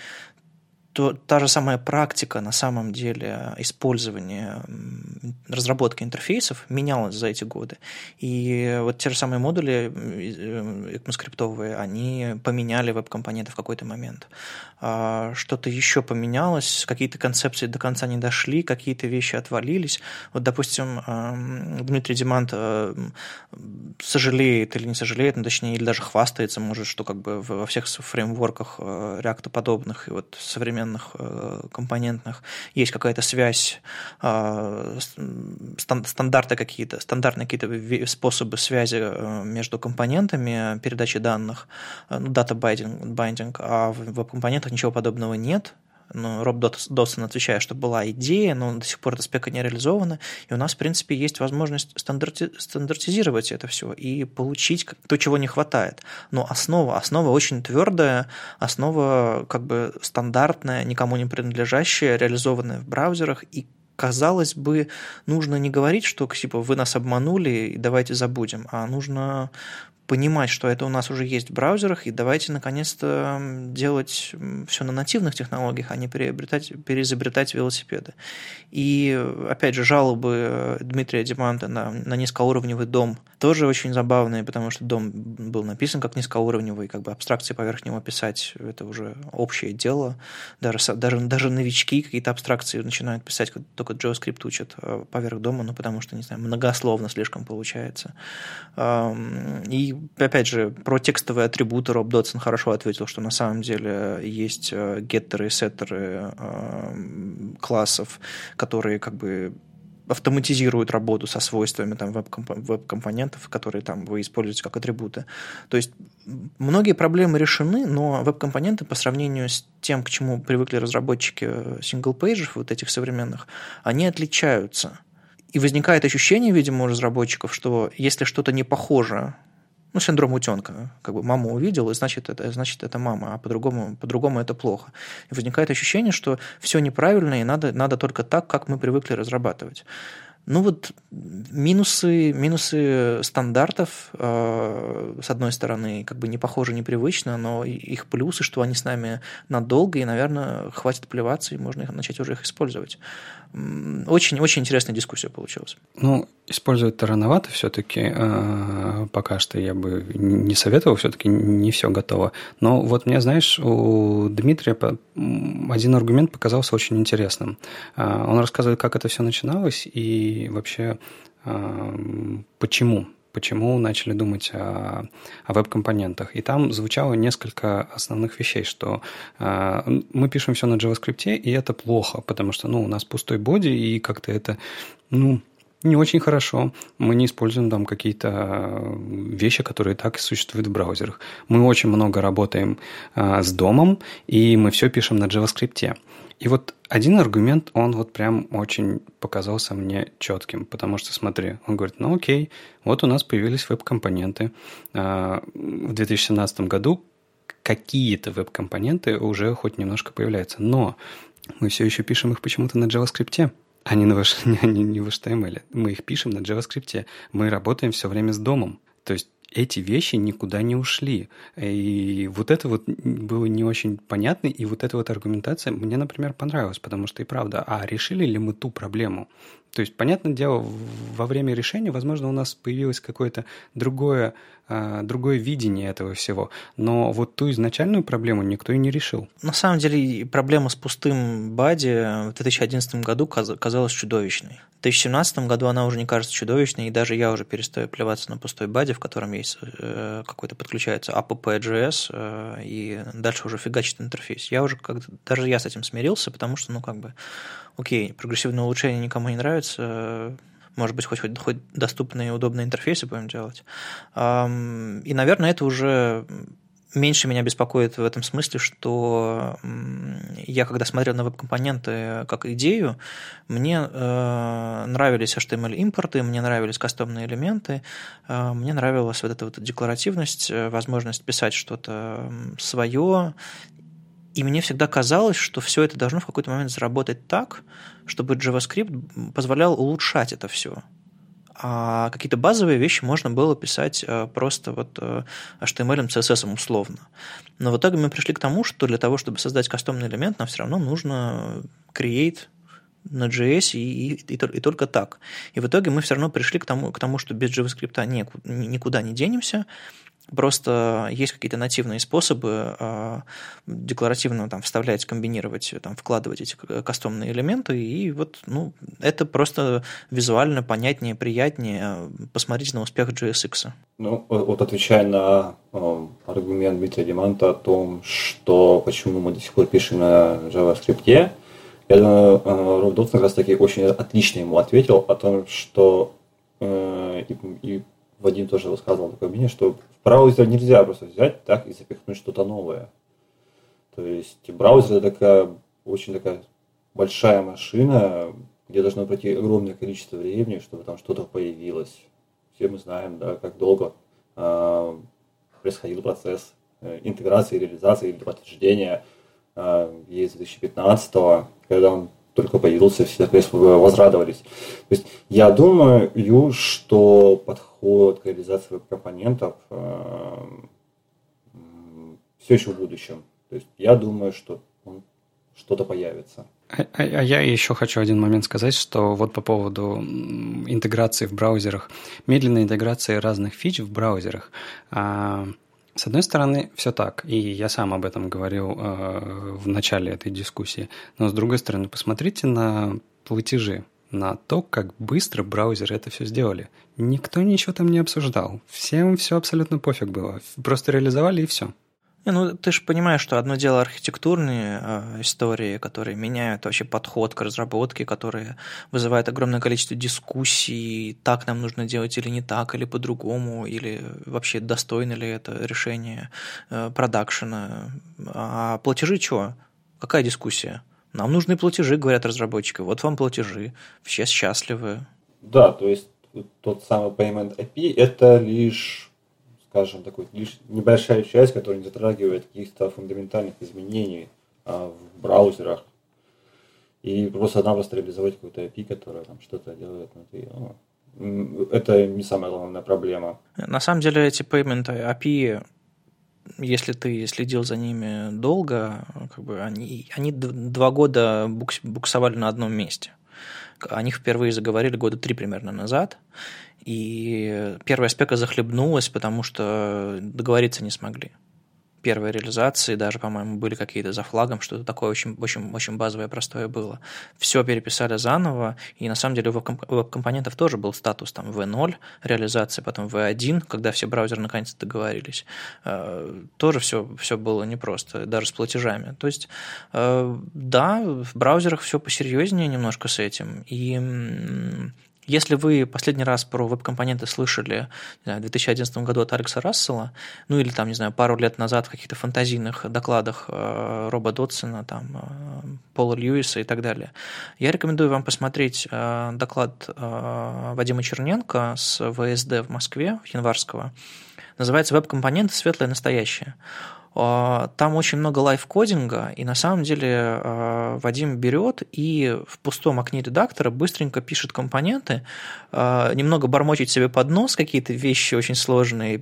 то та же самая практика на самом деле использования, разработки интерфейсов менялась за эти годы. И вот те же самые модули ECMAScript-овые, они поменяли веб-компоненты в какой-то момент. Что-то еще поменялось, какие-то концепции до конца не дошли, какие-то вещи отвалились. Вот, допустим, Дмитрий Демант сожалеет или не сожалеет, ну, точнее, или даже хвастается, может, что как бы во всех фреймворках React-подобных и вот современных компонентных есть какая-то связь, стандарты какие-то, стандартные какие-то способы связи между компонентами передачи данных, ну, data binding, а в веб-компонентах ничего подобного нет. Но Роб Дотсон отвечает, что была идея, но до сих пор эта спека не реализована, и у нас, в принципе, есть возможность стандарти- стандартизировать это все и получить то, чего не хватает. Но основа, основа очень твердая, основа как бы стандартная, никому не принадлежащая, реализованная в браузерах, и казалось бы, нужно не говорить, что типа вы нас обманули и давайте забудем, а нужно понимать, что это у нас уже есть в браузерах, и давайте наконец-то делать все на нативных технологиях, а не переизобретать, переизобретать велосипеды. И, опять же, жалобы Дмитрия Деманта на, на низкоуровневый дом тоже очень забавные, потому что дом был написан как низкоуровневый, как бы абстракции поверх него писать – это уже общее дело. Даже, даже, даже новички какие-то абстракции начинают писать, только JavaScript учат поверх дома, ну, потому что, не знаю, многословно слишком получается. И опять же, про текстовые атрибуты Роб Додсон хорошо ответил, что на самом деле есть геттеры и сеттеры классов, которые как бы автоматизируют работу со свойствами там, веб-компонентов, которые там, вы используете как атрибуты. То есть многие проблемы решены, но веб-компоненты по сравнению с тем, к чему привыкли разработчики сингл-пейджев, вот этих современных, они отличаются. И возникает ощущение, видимо, у разработчиков, что если что-то не похоже, ну, синдром утенка, как бы мама увидела, и значит это, значит, это мама, а по-другому, по-другому это плохо. И возникает ощущение, что все неправильно, и надо, надо только так, как мы привыкли разрабатывать. Ну вот минусы, минусы стандартов, э, с одной стороны, как бы не похоже, непривычно, но их плюсы, что они с нами надолго, и, наверное, хватит плеваться, и можно их, начать уже их использовать. Очень-очень интересная дискуссия получилась. Ну, использовать-то рановато все-таки. Э, пока что я бы не советовал, все-таки не все готово. Но вот мне, знаешь, у Дмитрия один аргумент показался очень интересным. Э, он рассказывает, как это все начиналось, и И вообще, почему? Почему начали думать о, о веб-компонентах? И там звучало несколько основных вещей, что э, мы пишем все на JavaScript, и это плохо, потому что ну, у нас пустой боди, и как-то это ну, не очень хорошо. Мы не используем там какие-то вещи, которые так и существуют в браузерах. Мы очень много работаем э, с домом, и мы все пишем на JavaScript. И вот один аргумент, он вот прям очень показался мне четким, потому что, смотри, он говорит, ну окей, вот у нас появились веб-компоненты. В две тысячи семнадцатом году какие-то веб-компоненты уже хоть немножко появляются, но мы все еще пишем их почему-то на JavaScript, а не, на, не в эйч ти эм эл. Мы их пишем на JavaScript. Мы работаем все время с домом. То есть эти вещи никуда не ушли. И вот это вот было не очень понятно, и вот эта вот аргументация мне, например, понравилась, потому что и правда, а решили ли мы ту проблему? То есть, понятное дело, во время решения, возможно, у нас появилось какое-то другое, другое видение этого всего, но вот ту изначальную проблему никто и не решил. На самом деле, проблема с пустым бади в две тысячи одиннадцатом году казалась чудовищной. В две тысячи семнадцатом году она уже не кажется чудовищной, и даже я уже перестаю плеваться на пустой бади, в котором есть какой-то подключается app.js, и дальше уже фигачит интерфейс. Я уже как-то, даже я с этим смирился, потому что, ну, как бы, окей, прогрессивное улучшение никому не нравится, может быть, хоть, хоть, хоть доступные и удобные интерфейсы будем делать. И, наверное, это уже меньше меня беспокоит в этом смысле, что я, когда смотрел на веб-компоненты как идею, мне э, нравились эйч ти эм эль-импорты, мне нравились кастомные элементы, э, мне нравилась вот эта вот декларативность, возможность писать что-то свое, и мне всегда казалось, что все это должно в какой-то момент заработать так, чтобы JavaScript позволял улучшать это все. А какие-то базовые вещи можно было писать просто вот эйч ти эм эль, си эс эс условно. Но в итоге мы пришли к тому, что для того, чтобы создать кастомный элемент, нам все равно нужно create на джей эс и, и, и, и только так. И в итоге мы все равно пришли к тому, к тому что без JavaScript никуда не денемся. Просто есть какие-то нативные способы э, декларативно там, вставлять, комбинировать, там, вкладывать эти кастомные элементы, и вот ну, это просто визуально понятнее, приятнее. Посмотрите на успех джей эс икс. Ну, вот отвечая на э, аргумент Дмитрия Деманта о том, что почему мы до сих пор пишем на JavaScript, я думаю, э, Роб Додсон как раз таки очень отлично ему ответил о том, что э, и, и Вадим тоже высказывал такое мнение, что в браузер нельзя просто взять так и запихнуть что-то новое. То есть браузер это такая очень такая большая машина, где должно пройти огромное количество времени, чтобы там что-то появилось. Все мы знаем, да, как долго э, происходил процесс э, интеграции, реализации или подтверждения э, и эс две тысячи пятнадцатого, когда он только появился, все возрадовались. То есть я думаю, что подход к реализации веб-компонентов э, все еще в будущем. То есть я думаю, что он, что-то появится. А, а я еще хочу один момент сказать, что вот по поводу интеграции в браузерах, медленной интеграции разных фич в браузерах. С одной стороны, все так, и я сам об этом говорил в начале этой дискуссии, но с другой стороны, посмотрите на платежи, на то, как быстро браузеры это все сделали. Никто ничего там не обсуждал, всем все абсолютно пофиг было, просто реализовали и все. Ну, ты же понимаешь, что одно дело архитектурные э, истории, которые меняют вообще подход к разработке, которые вызывают огромное количество дискуссий, так нам нужно делать или не так, или по-другому, или вообще достойно ли это решение э, продакшена. А платежи что? Какая дискуссия? Нам нужны платежи, говорят разработчики. Вот вам платежи, все счастливы. Да, то есть тот самый Payment эй пи ай – это лишь, скажем, такой, лишь небольшая часть, которая не затрагивает каких-то фундаментальных изменений а, в браузерах. И просто-напросто реализовать какой-то эй пи ай, которая там что-то делает внутри. Ну, это не самая главная проблема. На самом деле эти Payment эй пи ай, если ты следил за ними долго, как бы они, они два года букс, буксовали на одном месте. О них впервые заговорили года три примерно назад. И первая спека захлебнулась, потому что договориться не смогли. Первые реализации даже, по-моему, были какие-то за флагом, что-то такое очень, очень, очень базовое, простое было. Все переписали заново, и на самом деле у веб-компонентов тоже был статус там ви ноль реализации, потом ви один, когда все браузеры наконец-то договорились. Тоже все, все было непросто, даже с платежами. То есть, да, в браузерах все посерьезнее немножко с этим, и если вы последний раз про веб-компоненты слышали не знаю, в две тысячи одиннадцатом году от Алекса Рассела, ну или там, не знаю, пару лет назад в каких-то фантазийных докладах э, Роба Дотсона, там, э, Пола Льюиса и так далее, я рекомендую вам посмотреть э, доклад э, Вадима Черненко с ви эс ди в Москве, Январского. Называется «Веб-компоненты. Светлое настоящее». Там очень много лайфкодинга, и на самом деле Вадим берет и в пустом окне редактора быстренько пишет компоненты, немного бормочет себе под нос какие-то вещи очень сложные,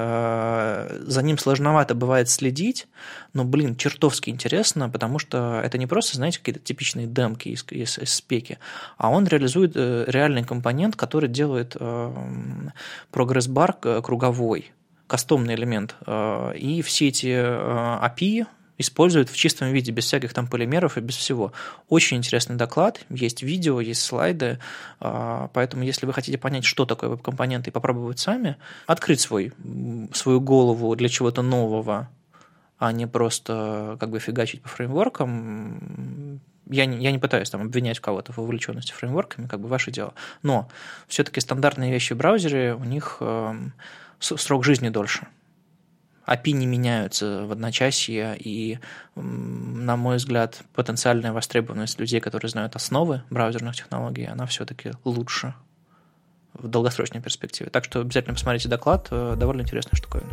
за ним сложновато бывает следить, но, блин, чертовски интересно, потому что это не просто, знаете, какие-то типичные демки из, из, из спеки, а он реализует реальный компонент, который делает прогресс-бар круговой, кастомный элемент, и все эти эй пи ай используют в чистом виде, без всяких там полимеров и без всего. Очень интересный доклад, есть видео, есть слайды, поэтому если вы хотите понять, что такое веб-компоненты и попробовать сами, открыть свой, свою голову для чего-то нового, а не просто как бы фигачить по фреймворкам, я не, я не пытаюсь там обвинять кого-то в вовлеченности фреймворками, как бы ваше дело, но все-таки стандартные вещи в браузере, у них срок жизни дольше. эй пи ай не меняются в одночасье, и, на мой взгляд, потенциальная востребованность людей, которые знают основы браузерных технологий, она все-таки лучше в долгосрочной перспективе. Так что обязательно посмотрите доклад, довольно интересная штуковина.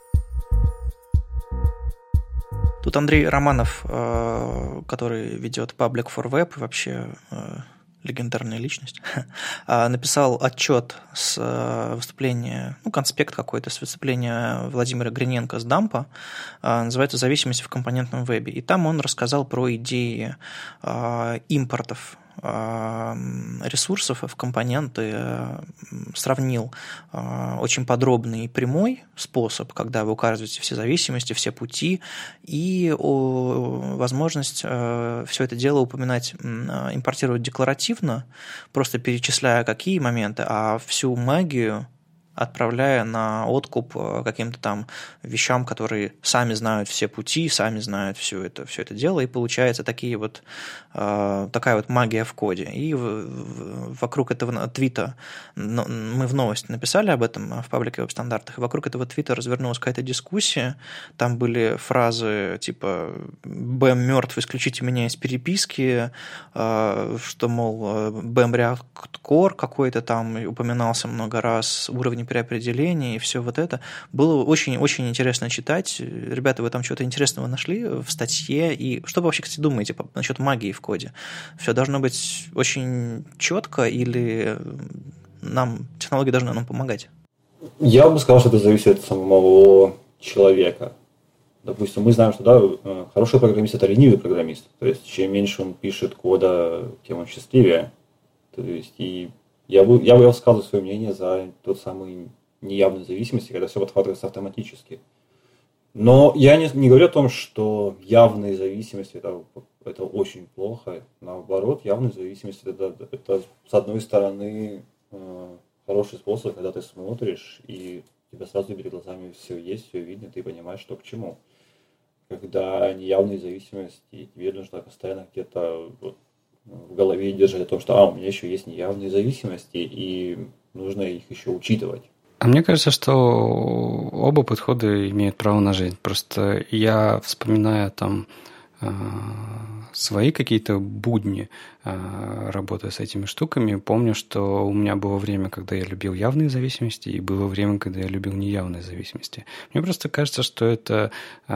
Тут Андрей Романов, который ведет Public for Web, вообще легендарная личность, написал отчет с выступления, ну, конспект какой-то с выступления Владимира Гриненко с Дампа, называется «Зависимость в компонентном вебе». И там он рассказал про идеи импортов ресурсов в компоненты, сравнил очень подробный и прямой способ, когда вы указываете все зависимости, все пути, и возможность все это дело упоминать, импортировать декларативно, просто перечисляя какие моменты, а всю магию отправляя на откуп каким-то там вещам, которые сами знают все пути, сами знают все это, все это дело, и получается такие вот, такая вот магия в коде. И вокруг этого твита, мы в новости написали об этом в паблике веб-стандартах, и вокруг этого твита развернулась какая-то дискуссия, там были фразы типа «Бэм мертв, исключите меня из переписки», что, мол, Бэм React Core какой-то там упоминался много раз, уровень уровня переопределения и все вот это. Было очень-очень интересно читать. Ребята, вы там что-то интересного нашли в статье? И что вы вообще, кстати, думаете насчет магии в коде? Все должно быть очень четко или нам технологии должны нам помогать? Я бы сказал, что это зависит от самого человека. Допустим, мы знаем, что да, хороший программист – это ленивый программист. То есть, чем меньше он пишет кода, тем он счастливее. То есть, и я бы, я бы высказал свое мнение за тот самый неявной зависимости, когда все подхватывается автоматически. Но я не, не говорю о том, что явные зависимости это, это очень плохо. Наоборот, явные зависимости это, это с одной стороны хороший способ, когда ты смотришь и у тебя сразу перед глазами все есть, все видно, ты понимаешь, что к чему. Когда неявные зависимости, тебе нужно постоянно где-то вот, в голове держать о том, что а, у меня еще есть неявные зависимости, и нужно их еще учитывать. А мне кажется, что оба подхода имеют право на жизнь. Просто я, вспоминая там свои какие-то будни, работая с этими штуками, помню, что у меня было время, когда я любил явные зависимости, и было время, когда я любил неявные зависимости. Мне просто кажется, что это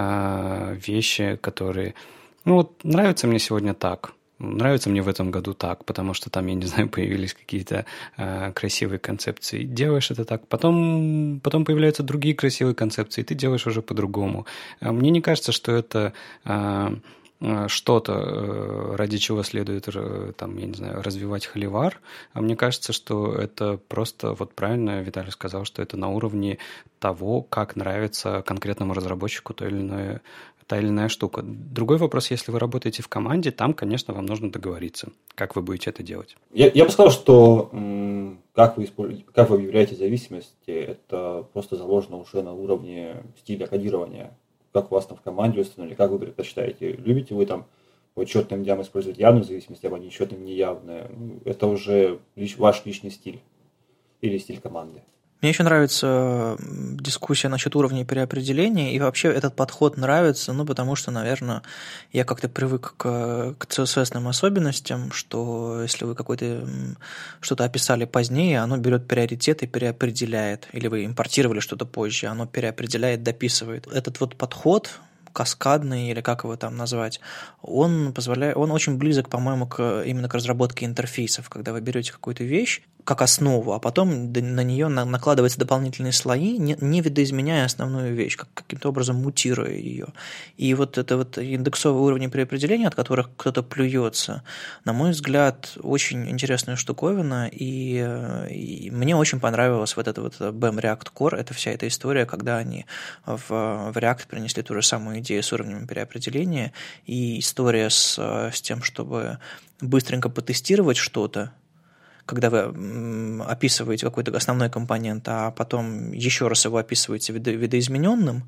вещи, которые... Ну вот нравится мне сегодня так, нравится мне в этом году так, потому что там, я не знаю, появились какие-то э, красивые концепции. Делаешь это так, потом, потом появляются другие красивые концепции, и ты делаешь уже по-другому. Мне не кажется, что это э, что-то, э, ради чего следует, э, там, я не знаю, развивать холивар. А мне кажется, что это просто, вот правильно Виталий сказал, что это на уровне того, как нравится конкретному разработчику то или иное та или иная штука. Другой вопрос, если вы работаете в команде, там, конечно, вам нужно договориться, как вы будете это делать. Я, я бы сказал, что м, как вы, как вы объявляете зависимости, это просто заложено уже на уровне стиля кодирования. Как у вас там в команде установили, как вы предпочитаете. Любите вы там по четным дням использовать явную зависимость, а по нечетным неявную. Это уже лич, ваш личный стиль или стиль команды. Мне еще нравится дискуссия насчет уровней переопределения, и вообще этот подход нравится, ну, потому что, наверное, я как-то привык к, к си эс эс-ным особенностям, что если вы какой-то что-то описали позднее, оно берет приоритет и переопределяет, или вы импортировали что-то позже, оно переопределяет, дописывает. Этот вот подход каскадный, или как его там назвать, он позволяет, он очень близок, по-моему, к, именно к разработке интерфейсов, когда вы берете какую-то вещь как основу, а потом на нее накладываются дополнительные слои, не, не видоизменяя основную вещь, как, каким-то образом мутируя ее. И вот это вот индексовые уровни переопределения, от которых кто-то плюется, на мой взгляд, очень интересная штуковина, и, и мне очень понравилось вот это вот би эм React Core, это вся эта история, когда они в, в React принесли ту же самую идею с уровнями переопределения, и история с, с тем, чтобы быстренько потестировать что-то, когда вы описываете какой-то основной компонент, а потом еще раз его описываете видоизмененным,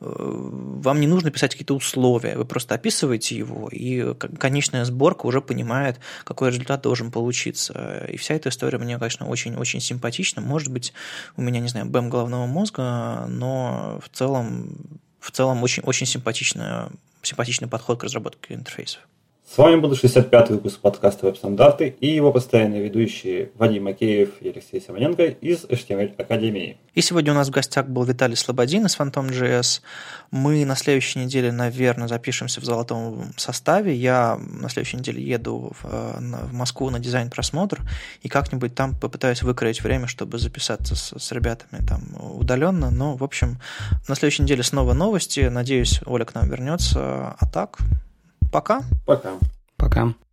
вам не нужно писать какие-то условия, вы просто описываете его, и конечная сборка уже понимает, какой результат должен получиться. И вся эта история мне, конечно, очень-очень симпатична. Может быть, у меня, не знаю, бэм головного мозга, но в целом, в целом очень, очень симпатичный, симпатичный подход к разработке интерфейсов. С вами был шестьдесят пятый выпуск подкаста «Веб-стандарты» и его постоянные ведущие Вадим Макеев и Алексей Симоненко из эйч ти эм эль Академии. И сегодня у нас в гостях был Виталий Слободин из Phantom джей эс. Мы на следующей неделе, наверное, запишемся в золотом составе. Я на следующей неделе еду в, в Москву на дизайн-просмотр и как-нибудь там попытаюсь выкроить время, чтобы записаться с, с ребятами там удаленно. Но, в общем, на следующей неделе снова новости. Надеюсь, Оля к нам вернется. А так... Пока. Пока. Пока.